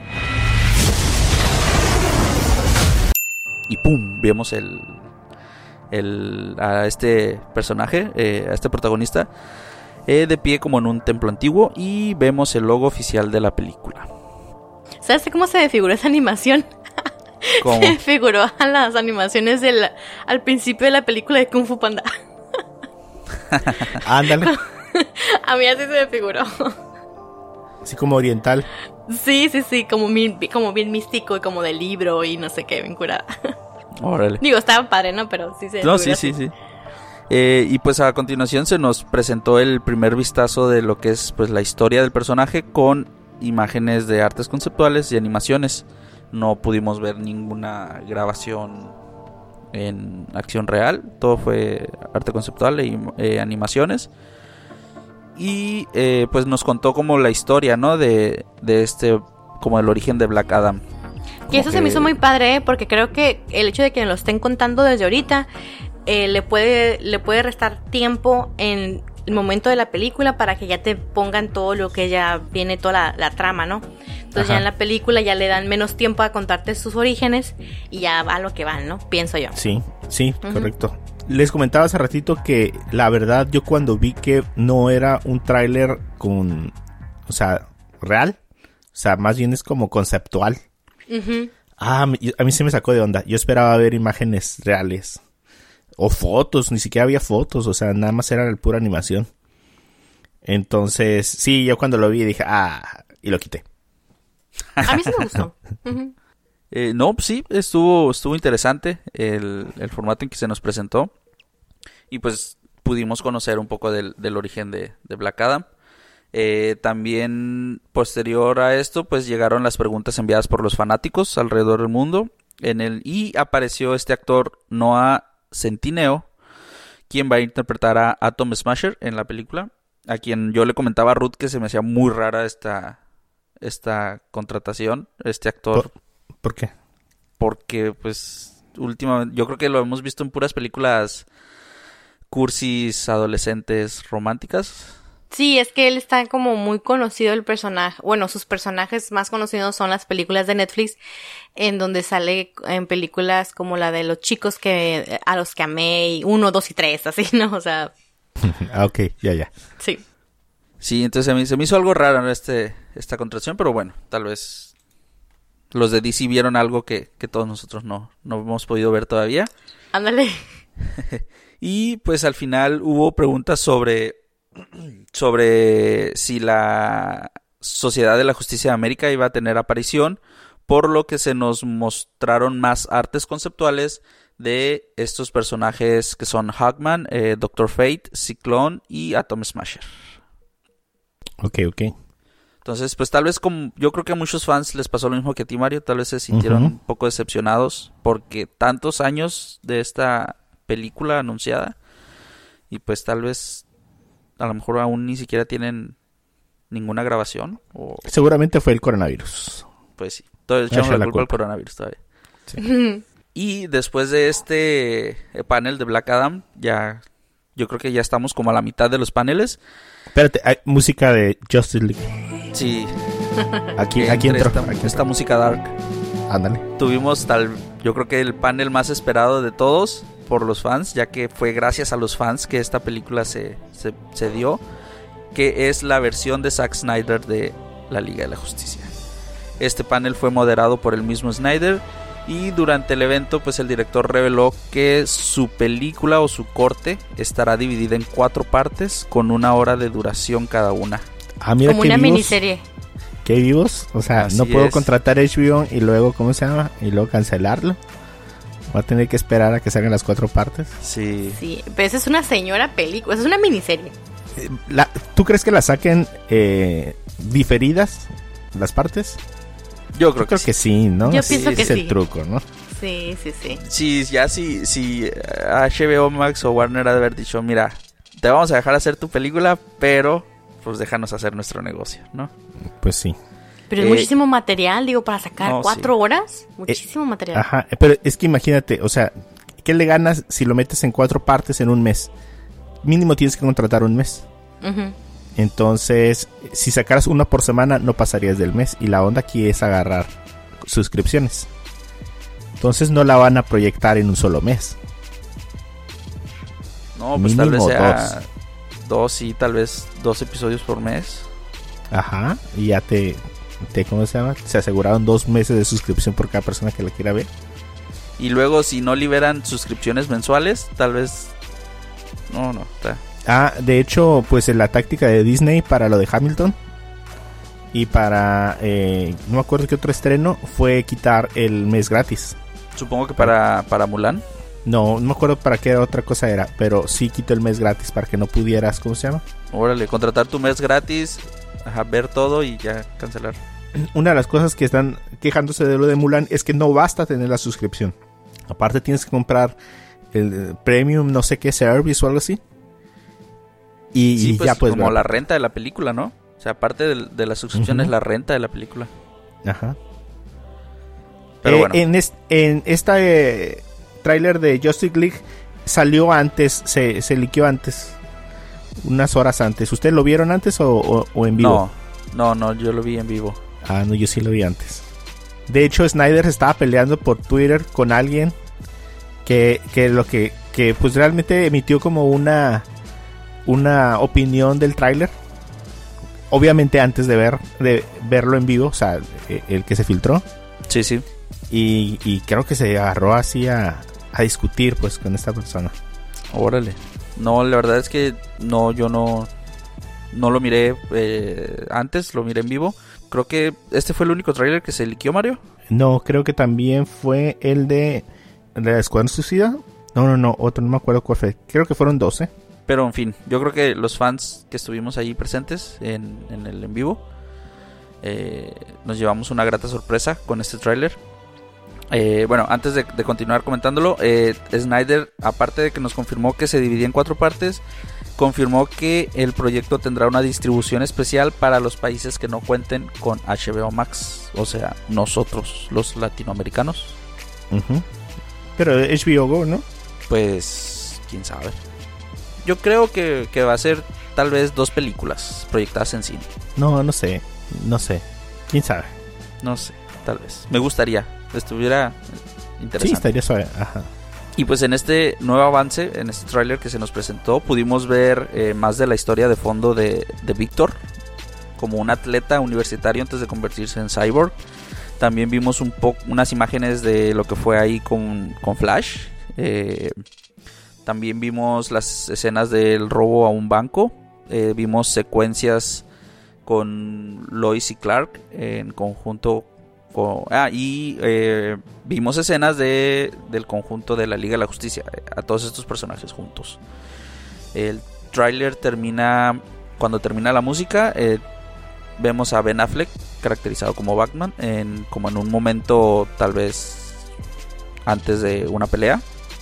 Y pum, vemos el, el a este personaje, eh, a este protagonista, eh, de pie como en un templo antiguo, y vemos el logo oficial de la película. ¿Sabes cómo se desfiguró esa animación? ¿Cómo? Se desfiguró a las animaciones del, al principio de la película de Kung Fu Panda. Ándale. A mí así se desfiguró. Así como oriental. Sí, sí, sí, como, mi, como bien místico y como de libro y no sé qué, bien curada. Órale. Digo, estaba padre, ¿no? Pero sí se No, sí, sí, sí. Eh, y pues a continuación se nos presentó el primer vistazo de lo que es pues la historia del personaje con imágenes de artes conceptuales y animaciones. No pudimos ver ninguna grabación en acción real, todo fue arte conceptual e eh, animaciones. Y eh, pues nos contó como la historia, ¿no? De, de este, como el origen de Black Adam. Y eso que... se me hizo muy padre, ¿eh? Porque creo que el hecho de que nos lo estén contando desde ahorita eh, le puede le puede restar tiempo en el momento de la película para que ya te pongan todo lo que ya viene, toda la, la trama, ¿no? Entonces Ajá. ya en la película ya le dan menos tiempo a contarte sus orígenes y ya va a lo que van, ¿no? Pienso yo. Sí, sí, uh-huh. correcto. Les comentaba hace ratito que la verdad yo cuando vi que no era un tráiler con, o sea, real, o sea, más bien es como conceptual. Uh-huh. Ah, a mí se me sacó de onda. Yo esperaba ver imágenes reales o fotos, ni siquiera había fotos, o sea, nada más era la pura animación. Entonces, sí, yo cuando lo vi dije, ah, y lo quité. A mí sí me gustó. Uh-huh. Eh, no, pues sí, estuvo estuvo interesante el, el formato en que se nos presentó. Y pues pudimos conocer un poco del, del origen de, de Black Adam. Eh, también posterior a esto, pues llegaron las preguntas enviadas por los fanáticos alrededor del mundo. En el, y apareció este actor Noah Centineo, quien va a interpretar a Atom Smasher en la película. A quien yo le comentaba a Ruth que se me hacía muy rara esta, esta contratación, este actor. ¿Por, ¿por qué? Porque pues últimamente, yo creo que lo hemos visto en puras películas cursis, adolescentes, románticas. Sí, es que él está como muy conocido el personaje. Bueno, sus personajes más conocidos son las películas de Netflix, en donde sale en películas como la de los chicos que a los que amé, y uno, dos y tres, así, ¿no? O sea. Ah, ok, ya, ya. Sí. Sí, entonces a mí se me hizo algo raro este, esta contratación, pero bueno, tal vez los de D C vieron algo que, que todos nosotros no, no hemos podido ver todavía. Ándale. Y pues al final hubo preguntas sobre, sobre si la Sociedad de la Justicia de América iba a tener aparición, por lo que se nos mostraron más artes conceptuales de estos personajes que son Hawkman, eh, Doctor Fate, Ciclone y Atom Smasher. Ok, ok. Entonces, pues tal vez como yo creo que a muchos fans les pasó lo mismo que a ti, Mario, tal vez se sintieron uh-huh. un poco decepcionados porque tantos años de esta película anunciada y pues tal vez a lo mejor aún ni siquiera tienen ninguna grabación. O... Seguramente fue el coronavirus. Pues sí, todavía echamos la, la culpa al coronavirus todavía. Sí. Y después de este panel de Black Adam, ya yo creo que ya estamos como a la mitad de los paneles. Espérate, hay música de Justice League. Sí. Aquí, aquí entró. Esta, aquí esta música dark. Ándale. Tuvimos tal, yo creo que el panel más esperado de todos por los fans, ya que fue gracias a los fans que esta película se, se, se dio, que es la versión de Zack Snyder de la Liga de la Justicia. Este panel fue moderado por el mismo Snyder y durante el evento pues el director reveló que su película o su corte estará dividida en cuatro partes con una hora de duración cada una. Ah, mira, como una vivos, miniserie. Qué vivos, o sea, así no puedo es. contratar H B O y luego, ¿cómo se llama? Y luego cancelarlo. Va a tener que esperar a que salgan las cuatro partes. Sí. Sí, pero esa es una señora película, es una miniserie. La, ¿Tú crees que la saquen eh, diferidas las partes? Yo creo, Yo creo que, que sí. sí, ¿no? Yo sí, pienso que es sí. el truco, ¿no? Sí, sí, sí. Sí, ya si, si H B O Max o Warner ha de haber dicho, mira, te vamos a dejar hacer tu película, pero pues déjanos hacer nuestro negocio, ¿no? Pues sí. Pero es eh, muchísimo material, digo, para sacar no, cuatro sí. horas, muchísimo eh, material. Ajá, pero es que imagínate, o sea, ¿qué le ganas si lo metes en cuatro partes en un mes? Mínimo tienes que contratar un mes. Uh-huh. Entonces, si sacaras una por semana, no pasarías del mes. Y la onda aquí es agarrar suscripciones. Entonces no la van a proyectar en un solo mes. No, pues Mínimo tal vez sea dos. dos y tal vez dos episodios por mes. Ajá, y ya te, te, ¿cómo se llama? Se aseguraron dos meses de suscripción por cada persona que la quiera ver. Y luego si no liberan suscripciones mensuales, tal vez... No, no, está... Ah, de hecho, pues la táctica de Disney para lo de Hamilton y para, eh, no me acuerdo qué otro estreno, fue quitar el mes gratis. Supongo que para, para Mulan. No, no me acuerdo para qué otra cosa era, pero sí quitó el mes gratis para que no pudieras, ¿cómo se llama? Órale, contratar tu mes gratis ajá, ver todo y ya cancelar. Una de las cosas que están quejándose de lo de Mulan es que no basta tener la suscripción. Aparte tienes que comprar el premium no sé qué service o algo así. Y, sí, y pues, ya pues como ver. la renta de la película, ¿no? O sea, aparte de, de la suscripción uh-huh. es la renta de la película. Ajá. Pero eh, bueno. En, es, en este eh, tráiler de Justice League salió antes, se, se liqueó antes, unas horas antes. ¿Ustedes lo vieron antes o, o, o en vivo? No, no, no, yo lo vi en vivo. Ah, no, yo sí lo vi antes. De hecho, Snyder estaba peleando por Twitter con alguien que, que lo que, que pues realmente emitió como una, una opinión del tráiler. Obviamente antes de ver, de verlo en vivo, o sea, el que se filtró. Sí, sí. Y, y creo que se agarró así a, a discutir pues con esta persona. Órale. No, la verdad es que no, yo no, no lo miré eh, antes, lo miré en vivo. Creo que este fue el único tráiler que se liqueó, Mario. No, creo que también fue el de, de la Escuadrón Suicida. No, no, no, otro, no me acuerdo cuál fue. Creo que fueron doce. Pero en fin, yo creo que los fans que estuvimos ahí presentes en, en el en vivo eh, nos llevamos una grata sorpresa con este tráiler. Eh, bueno, antes de, de continuar comentándolo, eh, Snyder, aparte de que nos confirmó que se dividía en cuatro partes, confirmó que el proyecto tendrá una distribución especial para los países que no cuenten con H B O Max, o sea, nosotros, los latinoamericanos. Uh-huh. Pero H B O Go, ¿no? Pues, quién sabe. Yo creo que, que va a ser tal vez dos películas proyectadas en cine. No, no sé, no sé. ¿Quién sabe? No sé, tal vez. Me gustaría, estuviera interesante. Sí, estaría suave, ajá. Y pues en este nuevo avance, en este tráiler que se nos presentó, pudimos ver eh, más de la historia de fondo de, de Víctor, como un atleta universitario antes de convertirse en cyborg. También vimos un poco unas imágenes de lo que fue ahí con, con Flash. Eh, también vimos las escenas del robo a un banco. Eh, vimos secuencias con Lois y Clark en conjunto. Con, ah, y eh, vimos escenas de, del conjunto de la Liga de la Justicia. A todos estos personajes juntos. El tráiler termina. Cuando termina la música, eh, vemos a Ben Affleck caracterizado como Batman, en, como en un momento tal vez antes de una pelea,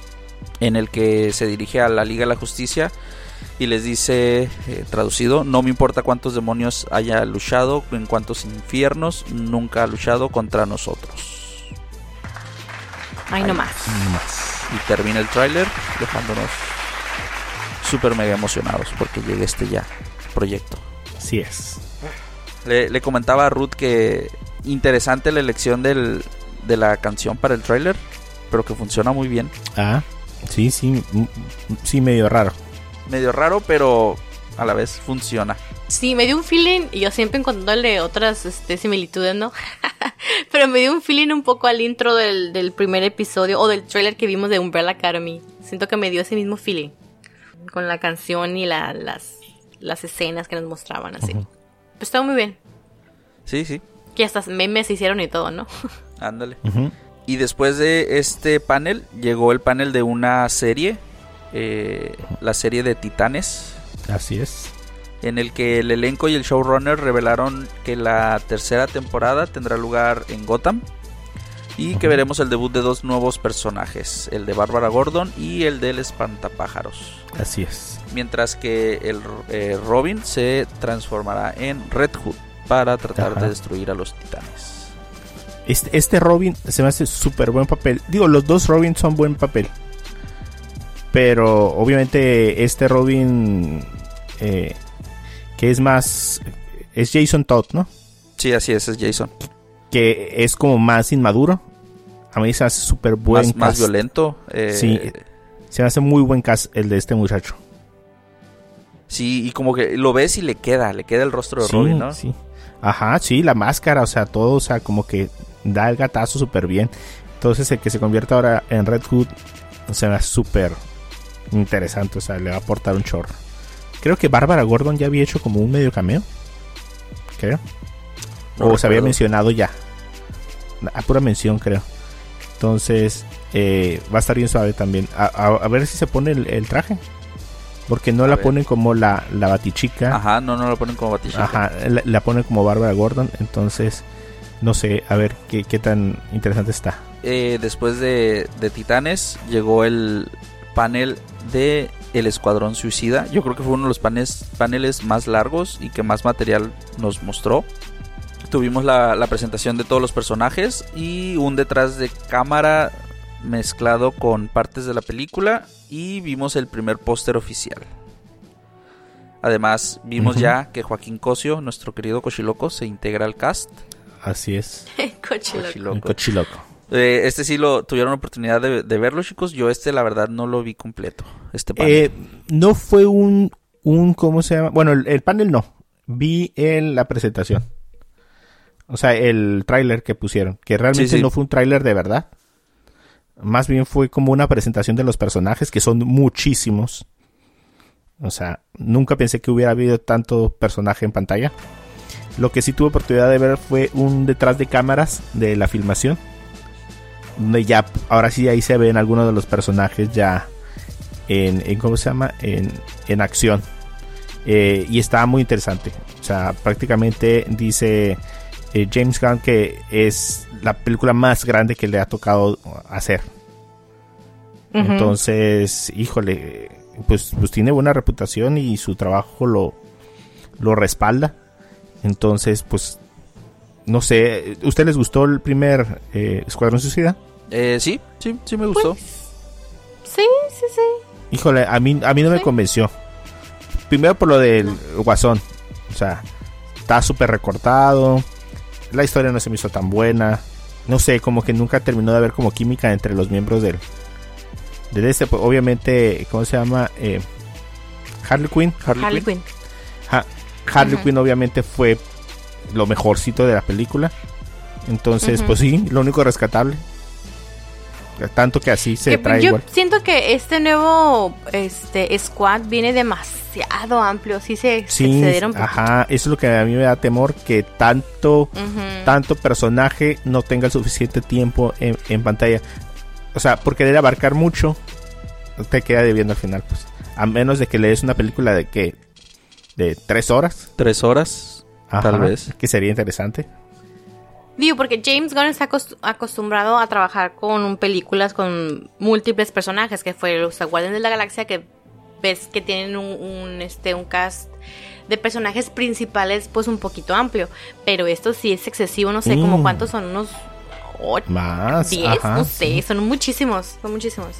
en el que se dirige a la Liga de la Justicia y les dice, eh, traducido: no me importa cuántos demonios haya luchado, en cuántos infiernos, nunca ha luchado contra nosotros. Ay, no más. Y termina el tráiler dejándonos súper mega emocionados porque llegue este ya proyecto. Así es. Le, le comentaba a Ruth que interesante la elección del, de la canción para el tráiler, pero que funciona muy bien. Ah, sí, sí, sí, medio raro. Medio raro, pero a la vez funciona. Sí, me dio un feeling, y yo siempre encontrándole otras este, similitudes, ¿no? Pero me dio un feeling un poco al intro del, del primer episodio, o del tráiler que vimos de Umbrella Academy. Siento que me dio ese mismo feeling, con la canción y la, las, las escenas que nos mostraban, así. Uh-huh. Pues estaba muy bien. Sí, sí. Que hasta memes se hicieron y todo, ¿no? Ándale. Uh-huh. Y después de este panel, llegó el panel de una serie, eh, la serie de Titanes. Así es. En el que el elenco y el showrunner revelaron que la tercera temporada tendrá lugar en Gotham. Y uh-huh. que veremos el debut de dos nuevos personajes, el de Bárbara Gordon y el del Espantapájaros. Así es. Mientras que el eh, Robin se transformará en Red Hood para tratar Ajá. de destruir a los titanes. Este, este Robin se me hace súper buen papel. Digo, los dos Robin son buen papel. Pero obviamente este Robin eh, que es más... es Jason Todd, ¿no? Sí, así es, es Jason. Que es como más inmaduro. A mí se me hace súper buen más, cast. Más violento. Eh... Sí, se me hace muy buen cast el de este muchacho. Sí, y como que lo ves y le queda, le queda el rostro de sí, Robin, ¿no? Sí. Ajá, sí, la máscara, o sea, todo, o sea, como que da el gatazo súper bien. Entonces el que se convierta ahora en Red Hood, o sea, es súper interesante, o sea, le va a aportar un chorro. Creo que Bárbara Gordon ya había hecho como un medio cameo, creo. No o recuerdo. Se había mencionado ya. A pura mención, creo. Entonces, eh, va a estar bien suave también. A, a, a ver si se pone el, el traje. Porque no A la ver. ponen como la, la Batichica. Ajá, no, no la ponen como Batichica. Ajá, la, la ponen como Bárbara Gordon. Entonces, no sé, a ver qué, qué tan interesante está. Eh, después de, de Titanes llegó el panel de El Escuadrón Suicida. Yo creo que fue uno de los panes, paneles más largos y que más material nos mostró. Tuvimos la, la presentación de todos los personajes y un detrás de cámara mezclado con partes de la película, y vimos el primer póster oficial. Además vimos Uh-huh. ya que Joaquín Cosio, nuestro querido Cochiloco, se integra al cast. Así es. Cochiloco. El Cochiloco. Cochiloco. Eh, este sí lo tuvieron oportunidad de, de verlo, chicos. Yo este la verdad no lo vi completo. Este panel. Eh, no fue un, un, ¿cómo se llama? Bueno, el, el panel no. Vi en la presentación. O sea, el tráiler que pusieron. Que realmente Sí, sí. no fue un tráiler de verdad. Más bien fue como una presentación de los personajes, que son muchísimos. O sea, nunca pensé que hubiera habido tanto personaje en pantalla. Lo que sí tuve oportunidad de ver fue un detrás de cámaras de la filmación, donde ya, ahora sí, ahí se ven algunos de los personajes ya en, en ¿cómo se llama? En, en acción. Eh, y está muy interesante. O sea, prácticamente dice eh, James Gunn que es la película más grande que le ha tocado hacer. Ujú. Entonces, híjole, pues, pues tiene buena reputación y su trabajo lo, lo respalda. Entonces, pues, no sé, ¿usted les gustó el primer eh, Escuadrón Suicida? Eh, sí, sí, sí me gustó. Sí, sí, sí. Híjole, a mí, a mí no me Sí. convenció. Primero por lo del Guasón. O sea, está súper recortado. La historia no se me hizo tan buena. No sé, como que nunca terminó de haber como química entre los miembros del... De este, pues, obviamente, ¿cómo se llama? Eh, Harley Quinn. Harley, Harley Quinn. Quinn. Ha- Harley Ujú. Quinn obviamente fue lo mejorcito de la película. Entonces, Ujú. pues sí, lo único rescatable. Tanto que así se Que trae yo igual. siento que este nuevo este squad viene demasiado amplio. Sí se, se Sí, excedieron. ajá, eso es lo que a mí me da temor, que tanto, Ujú. tanto personaje no tenga el suficiente tiempo en, en pantalla. O sea, por querer abarcar mucho, te queda debiendo al final, pues. A menos de que le des una película de que de tres horas, Tres horas, ajá, tal vez. que sería interesante. Digo, porque James Gunn está acost- acostumbrado a trabajar con películas con múltiples personajes, que fue los Guardianes de la Galaxia, que ves que tienen un, un, este, un cast de personajes principales pues un poquito amplio, pero esto sí es excesivo, no sé, Mm. como cuántos son, unos ocho, Más, diez, ajá, no sé, sí. son muchísimos, son muchísimos.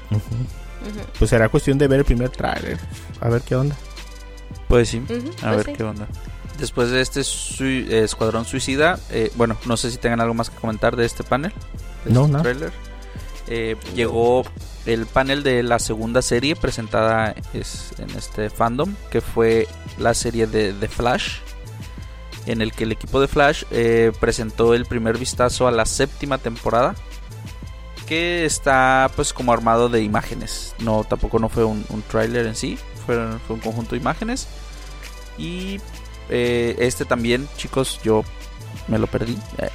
Pues será cuestión de ver el primer tráiler, a ver qué onda. Pues sí, Ujú, a pues ver sí. qué onda. Después de este sui- eh, Escuadrón Suicida, eh, bueno, no sé si tengan algo más que comentar de este panel. De No, este nada. tráiler. Eh, llegó el panel de la segunda serie presentada es, en este fandom, que fue la serie de The Flash, en el que el equipo de Flash eh, presentó el primer vistazo a la séptima temporada, que está pues como armado de imágenes. No, tampoco no fue un, un tráiler en sí, fue, fue un conjunto de imágenes. Y eh, este también, chicos, yo me lo perdí. Eh,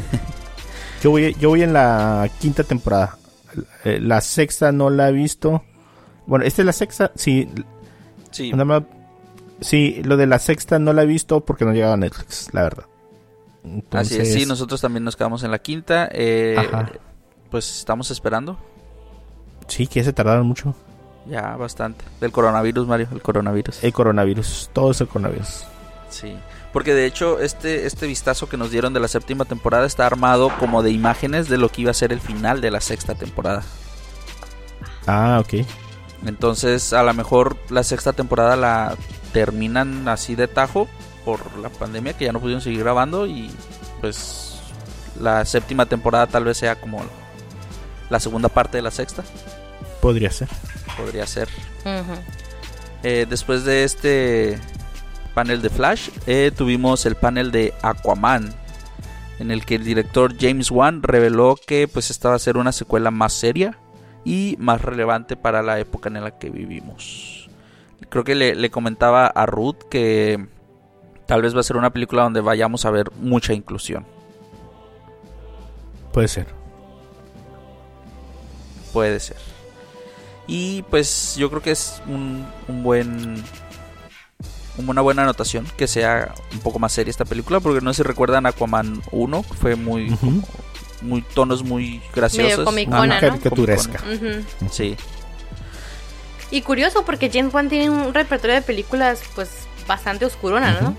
Yo voy, yo voy en la quinta temporada. Eh, La sexta no la he visto. Bueno, esta es la sexta, sí. sí, Nada más- sí, lo de la sexta no la he visto porque no ha llegado a Netflix, la verdad. así es. Sí, nosotros también nos quedamos en la quinta. Eh, Ajá. pues estamos esperando. Sí, que ya se tardaron mucho. Ya bastante. Del coronavirus, Mario, el coronavirus. El coronavirus, todo es el coronavirus. Sí. Porque de hecho este, este vistazo que nos dieron de la séptima temporada está armado como de imágenes de lo que iba a ser el final de la sexta temporada. Ah, ok. Entonces a lo mejor la sexta temporada la terminan así de tajo por la pandemia, que ya no pudieron seguir grabando, y pues la séptima temporada tal vez sea como la segunda parte de la sexta. Podría ser. Podría ser. Ujú. Eh, después de este panel de Flash, eh, tuvimos el panel de Aquaman, en el que el director James Wan reveló que pues esta va a ser una secuela más seria y más relevante para la época en la que vivimos. Creo que le, le comentaba a Ruth que tal vez va a ser una película donde vayamos a ver mucha inclusión. Puede ser. Puede ser. Y pues yo creo que es un, un buen... una buena anotación que sea un poco más seria esta película, porque no sé si recuerdan Aquaman uno, que fue muy... Uh-huh. como, muy tonos muy graciosos. Medio comicona, ah, ¿no? Caricaturesca. Uh-huh. Sí. Y curioso porque James Wan tiene un repertorio de películas pues bastante oscurona, ¿no? Uh-huh.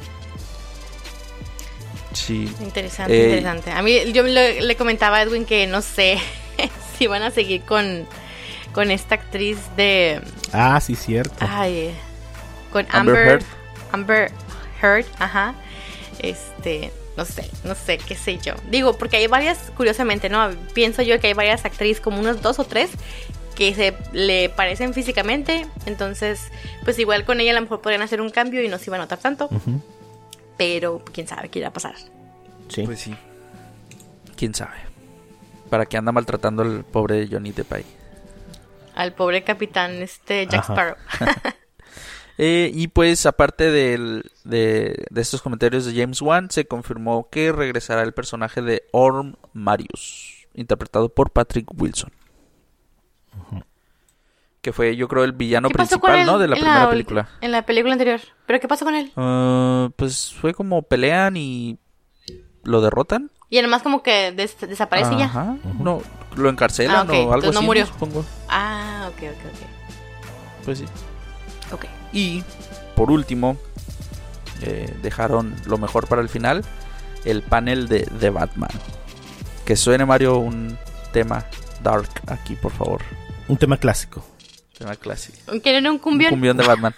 Sí. Interesante, eh, interesante. A mí yo le, le comentaba a Edwin que no sé si van a seguir con, con esta actriz de... Ah, sí, cierto. Ay, con Amber, Amber Heard. Amber Heard, ajá. Este, no sé, no sé, qué sé yo. Digo, porque hay varias, curiosamente, ¿no? Pienso yo que hay varias actrices, como unos dos o tres, que se le parecen físicamente. Entonces, pues igual con ella a lo mejor podrían hacer un cambio y no se iba a notar tanto. Uh-huh. Pero quién sabe qué irá a pasar. Sí. Pues sí. Quién sabe. ¿Para qué anda maltratando al pobre Johnny Depp ahí? Al pobre capitán este Jack Sparrow. eh, y pues aparte del, de, de estos comentarios de James Wan, se confirmó que regresará el personaje de Orm Marius, interpretado por Patrick Wilson. Uh-huh. Que fue, yo creo, el villano principal, él, ¿no? De la primera la, película. En la película anterior. ¿Pero qué pasó con él? Uh, pues fue como pelean y lo derrotan. Y además como que des- desaparece Ajá. ya. Ajá. No, lo encarcelan ah, okay. o algo Entonces así. no murió. Supongo. Ah, ok, ok, ok. Pues sí. Ok. Y, por último, eh, dejaron lo mejor para el final, el panel de, de Batman. Que suene, Mario, un tema dark aquí, por favor. Un tema clásico. Tema clásico. ¿Quieren un cumbión? Un cumbión de Batman.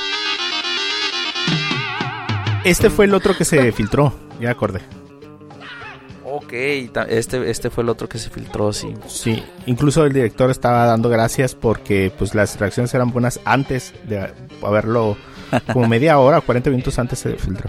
Este fue el otro que se filtró, ya acordé. Ok, este, este fue el otro que se filtró, sí. Sí, incluso el director estaba dando gracias porque pues las reacciones eran buenas antes de haberlo, como media hora, cuarenta minutos antes se filtró.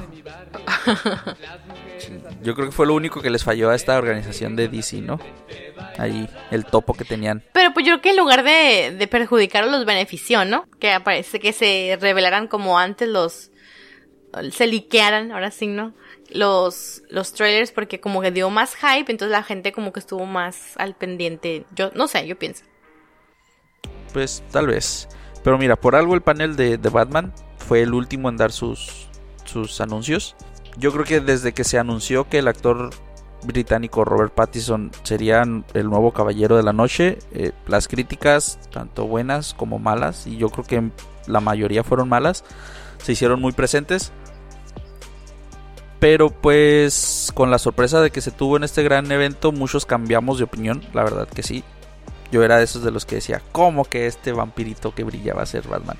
Yo creo que fue lo único que les falló a esta organización de D C, ¿no? Ahí, el topo que tenían. Pero pues yo creo que en lugar de, de perjudicar los benefició, ¿no? Que aparece que se revelaran como antes los... se liquearan, ahora sí, ¿no? Los, los trailers, porque como que dio más hype, entonces la gente como que estuvo más al pendiente. Yo no sé, yo pienso. Pues tal vez. Pero mira, por algo el panel de, de Batman fue el último en dar sus, sus anuncios. Yo creo que desde que se anunció que el actor británico Robert Pattinson sería el nuevo Caballero de la Noche, eh, las críticas, tanto buenas como malas, y yo creo que la mayoría fueron malas, se hicieron muy presentes. Pero pues con la sorpresa de que se tuvo en este gran evento, muchos cambiamos de opinión, la verdad que sí. Yo era de esos de los que decía, ¿cómo que este vampirito que brilla va a ser Batman?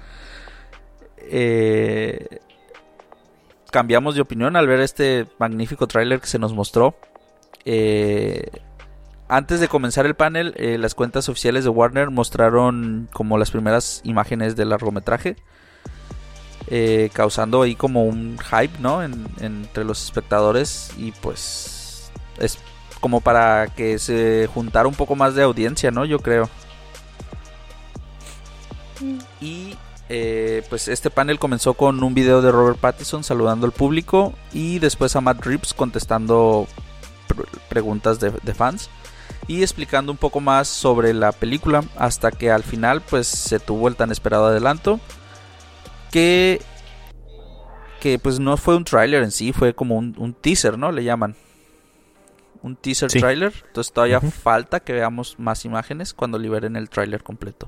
Eh... Cambiamos de opinión al ver este magnífico tráiler que se nos mostró. Eh, antes de comenzar el panel, eh, las cuentas oficiales de Warner mostraron como las primeras imágenes del largometraje, eh, causando ahí como un hype, ¿no? En, entre los espectadores, y pues es como para que se juntara un poco más de audiencia, ¿no? Yo creo. Mm. Y Eh, pues este panel comenzó con un video de Robert Pattinson saludando al público y después a Matt Reeves contestando pre- preguntas de, de fans y explicando un poco más sobre la película, hasta que al final pues se tuvo el tan esperado adelanto que que pues no fue un tráiler en sí, fue como un, un teaser, ¿no? Le llaman un teaser sí. Tráiler. Entonces todavía uh-huh. falta que veamos más imágenes cuando liberen el tráiler completo.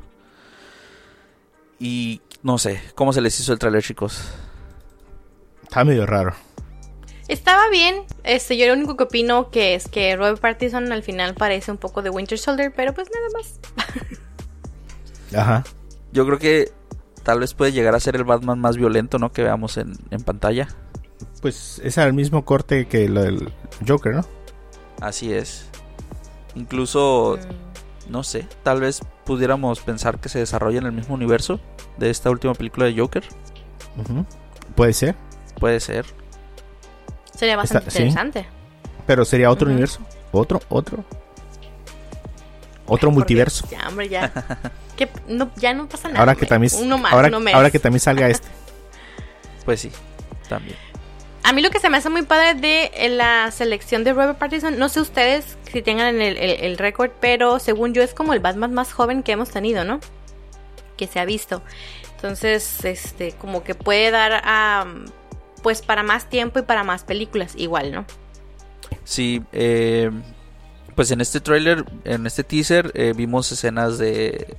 Y no sé, ¿cómo se les hizo el tráiler, chicos? Está medio raro. Estaba bien. Este, yo lo único que opino que es que Robert Pattinson al final parece un poco de Winter Soldier, pero pues nada más. Ajá. Yo creo que tal vez puede llegar a ser el Batman más violento, ¿no? Que veamos en, en pantalla. Pues es el mismo corte que lo del Joker, ¿no? Así es. Incluso... Mm. No sé, tal vez pudiéramos pensar que se desarrolla en el mismo universo de esta última película de Joker. Uh-huh. Puede ser. Puede ser. Sería bastante Está, interesante. Sí. Pero sería otro uh-huh. universo. Otro, otro. Otro Ay, multiverso. Ya, hombre, ya. que no, ya no pasa nada. Ahora que también, uno más, ahora, uno menos. ahora que también salga este. Pues sí, también. A mí lo que se me hace muy padre de la selección de Robert Pattinson, no sé ustedes si tengan el, el, el récord, pero según yo es como el Batman más joven que hemos tenido, ¿no? que se ha visto. Entonces, este, como que puede dar a, um, pues para más tiempo y para más películas, igual, ¿no? Sí, eh, pues en este tráiler, en este teaser, eh, vimos escenas de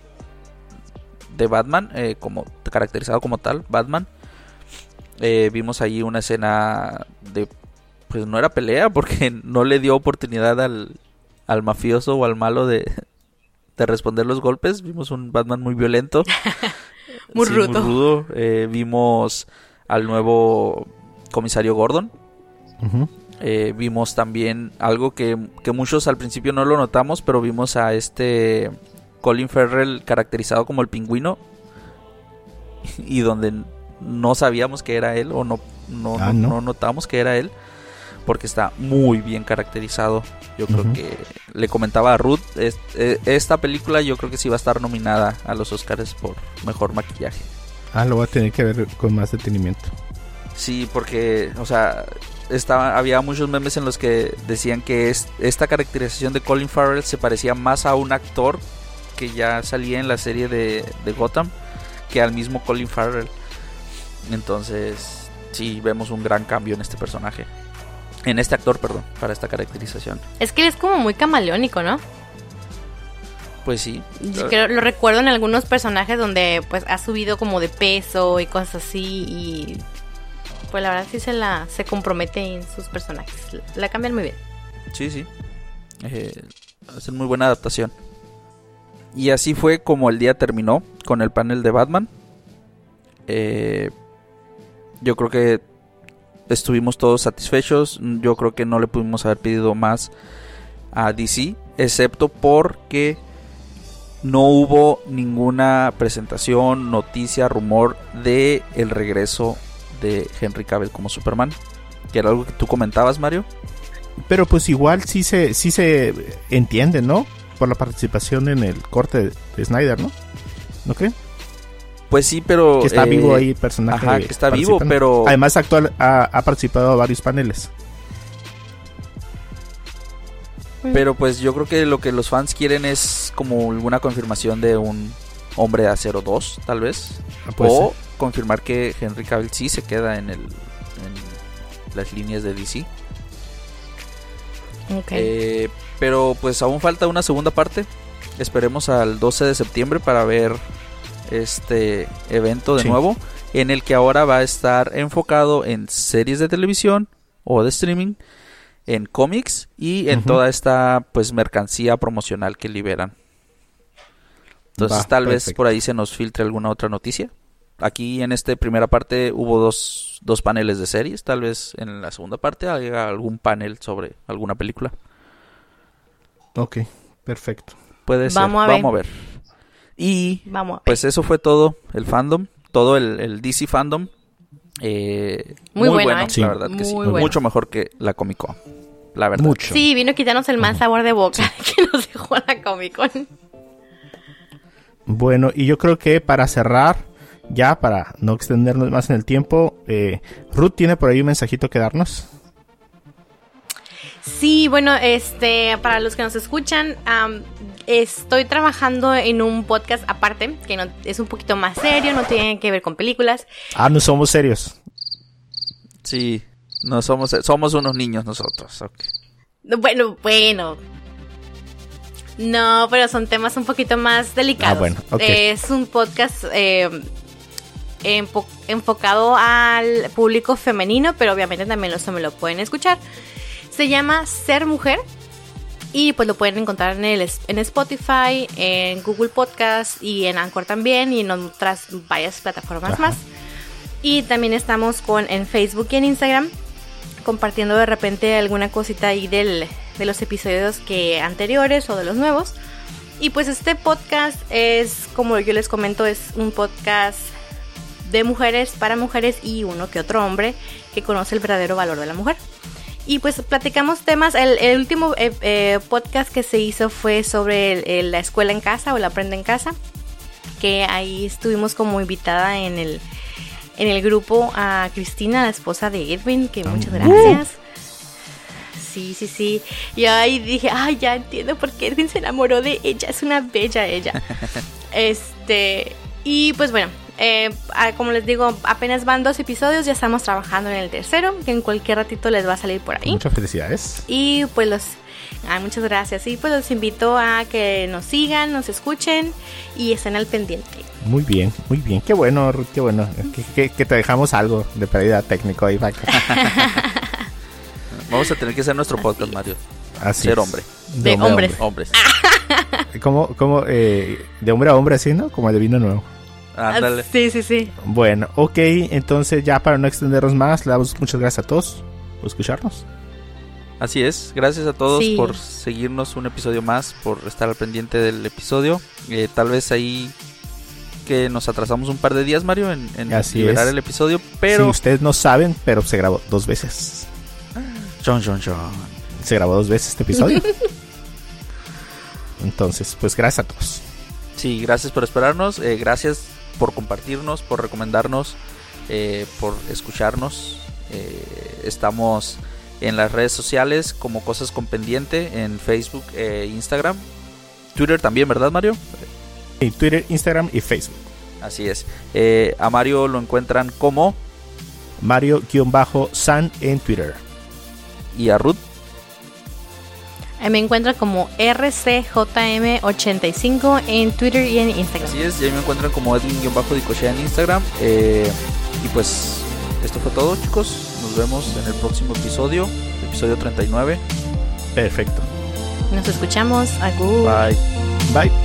de Batman, eh, como caracterizado como tal, Batman. Eh, vimos ahí una escena de, pues no era pelea, porque no le dio oportunidad al, al mafioso o al malo de, de responder los golpes. Vimos un Batman muy violento. Muy sí, rudo. Muy rudo. Eh, vimos al nuevo comisario Gordon. Uh-huh. Eh, vimos también algo que, que muchos al principio no lo notamos, pero vimos a este Colin Farrell caracterizado como el Pingüino, y donde no sabíamos que era él, o no, no, ah, no, no. no notamos que era él, porque está muy bien caracterizado. Yo creo Uh-huh. que le comentaba a Ruth, es, eh, esta película yo creo que sí va a estar nominada a los Oscars por mejor maquillaje. Ah, lo voy a tener que ver con más detenimiento. Sí, porque, o sea, estaba, había muchos memes en los que decían que es, esta caracterización de Colin Farrell se parecía más a un actor que ya salía en la serie de, de Gotham que al mismo Colin Farrell. Entonces, sí, vemos un gran cambio en este personaje. En este actor, perdón, para esta caracterización. Es que él es como muy camaleónico, ¿no? Pues sí. Yo creo, lo recuerdo en algunos personajes donde pues ha subido como de peso y cosas así, y pues la verdad sí se la se compromete en sus personajes. La cambian muy bien. Sí, sí. Eh, hacen muy buena adaptación. Y así fue como el día terminó con el panel de Batman. Eh, yo creo que estuvimos todos satisfechos. Yo creo que no le pudimos haber pedido más a D C, excepto porque no hubo ninguna presentación, noticia, rumor de el regreso de Henry Cavill como Superman, que era algo que tú comentabas, Mario. Pero pues igual sí se sí se entiende, ¿no? Por la participación en el corte de, de Snyder, ¿no? ¿No creen? Pues sí, pero Que está eh, vivo ahí el personaje. Ajá, que está vivo, participando. pero Además actual, ha, ha participado a varios paneles. Pero pues yo creo que lo que los fans quieren es como alguna confirmación de un Hombre de Acero dos, tal vez. Ah, puede O ser. confirmar que Henry Cavill sí se queda en el en las líneas de D C. Okay. Eh, pero pues aún falta una segunda parte. Esperemos al doce de septiembre para ver este evento de Sí. nuevo, en el que ahora va a estar enfocado en series de televisión o de streaming, en cómics y en Ujú. toda esta pues mercancía promocional que liberan. Entonces Va, tal vez perfecto. por ahí se nos filtre alguna otra noticia. Aquí en esta primera parte hubo dos, dos paneles de series. Tal vez en la segunda parte haya algún panel sobre alguna película. Ok, perfecto. Puede ser, Vamos a ver. vamos a ver. Y Vamos a ver. pues eso fue todo el fandom, todo el, el D C fandom. Eh, Muy bueno, ¿eh? la Sí. verdad que sí. Muy bueno. Mucho mejor que la Comic Con, la verdad. Mucho. Sí, vino a quitarnos el mal sabor de boca que nos dejó la Comic Con. Bueno, y yo creo que para cerrar, ya para no extendernos más en el tiempo, eh, Ruth tiene por ahí un mensajito que darnos. Sí, bueno, este, para los que nos escuchan, um, estoy trabajando en un podcast aparte, que no, es un poquito más serio, no tiene que ver con películas. Ah, no somos serios. Sí, no somos somos unos niños nosotros. Okay. Bueno, bueno. No, pero son temas un poquito más delicados. Ah, bueno, ok. Es un podcast eh, enfo- enfocado al público femenino, pero obviamente también los hombres lo pueden escuchar. Se llama Ser Mujer y pues lo pueden encontrar en, el, en Spotify, en Google Podcast y en Anchor también y en otras varias plataformas Ajá. más. Y también estamos con en Facebook y en Instagram compartiendo de repente alguna cosita ahí del, de los episodios que anteriores o de los nuevos. Y pues este podcast es, como yo les comento, es un podcast de mujeres para mujeres y uno que otro hombre que conoce el verdadero valor de la mujer. Y pues platicamos temas. El, el último eh, eh, podcast que se hizo fue sobre el, el, la escuela en casa o la aprende en casa, que ahí estuvimos como invitada en el en el grupo a Cristina, la esposa de Edwin, que muchas gracias. Sí, sí, sí. Y ahí dije, ay, ya entiendo por qué Edwin se enamoró de ella. Es una bella ella. Este, y pues bueno, eh, como les digo, apenas van dos episodios, ya estamos trabajando en el tercero, que en cualquier ratito les va a salir por ahí. Muchas felicidades. Y pues los... Ah, muchas gracias. Y pues los invito a que nos sigan, nos escuchen y estén al pendiente. Muy bien, muy bien. Qué bueno, Ruth, qué bueno. Que, que, que te dejamos algo de pérdida técnico ahí. Vamos a tener que hacer nuestro podcast, Así Mario. Así Ser es. hombre. De, de hombres. Hombres. Como, como eh, de hombre a hombre, así, ¿no? Como el de vino nuevo. Ándale. Sí, sí, sí. Bueno, ok. Entonces, ya para no extendernos más, le damos muchas gracias a todos por escucharnos. Así es, gracias a todos Sí. por seguirnos un episodio más, por estar al pendiente del episodio. Eh, tal vez ahí que nos atrasamos un par de días, Mario, en, en Así liberar es. el episodio, pero... Si ustedes no saben, pero se grabó dos veces. John, John, John. Se grabó dos veces este episodio. Entonces, pues gracias a todos. Sí, gracias por esperarnos, eh, gracias por compartirnos, por recomendarnos, eh, por escucharnos. Eh, estamos en las redes sociales como Cosas con Pendiente, en Facebook e Instagram. Twitter también, ¿verdad, Mario? En Twitter, Instagram y Facebook. Así es. Eh, a Mario lo encuentran como... Mario-San en Twitter. Y a Ruth. Ahí me encuentran como R C J M ochenta y cinco en Twitter y en Instagram. Así es, y ahí me encuentran como Edwin-Dicochea en Instagram. Eh, y pues esto fue todo, chicos. Nos vemos en el próximo episodio, episodio treinta y nueve. Perfecto. Nos escuchamos. Agur. Bye. Bye.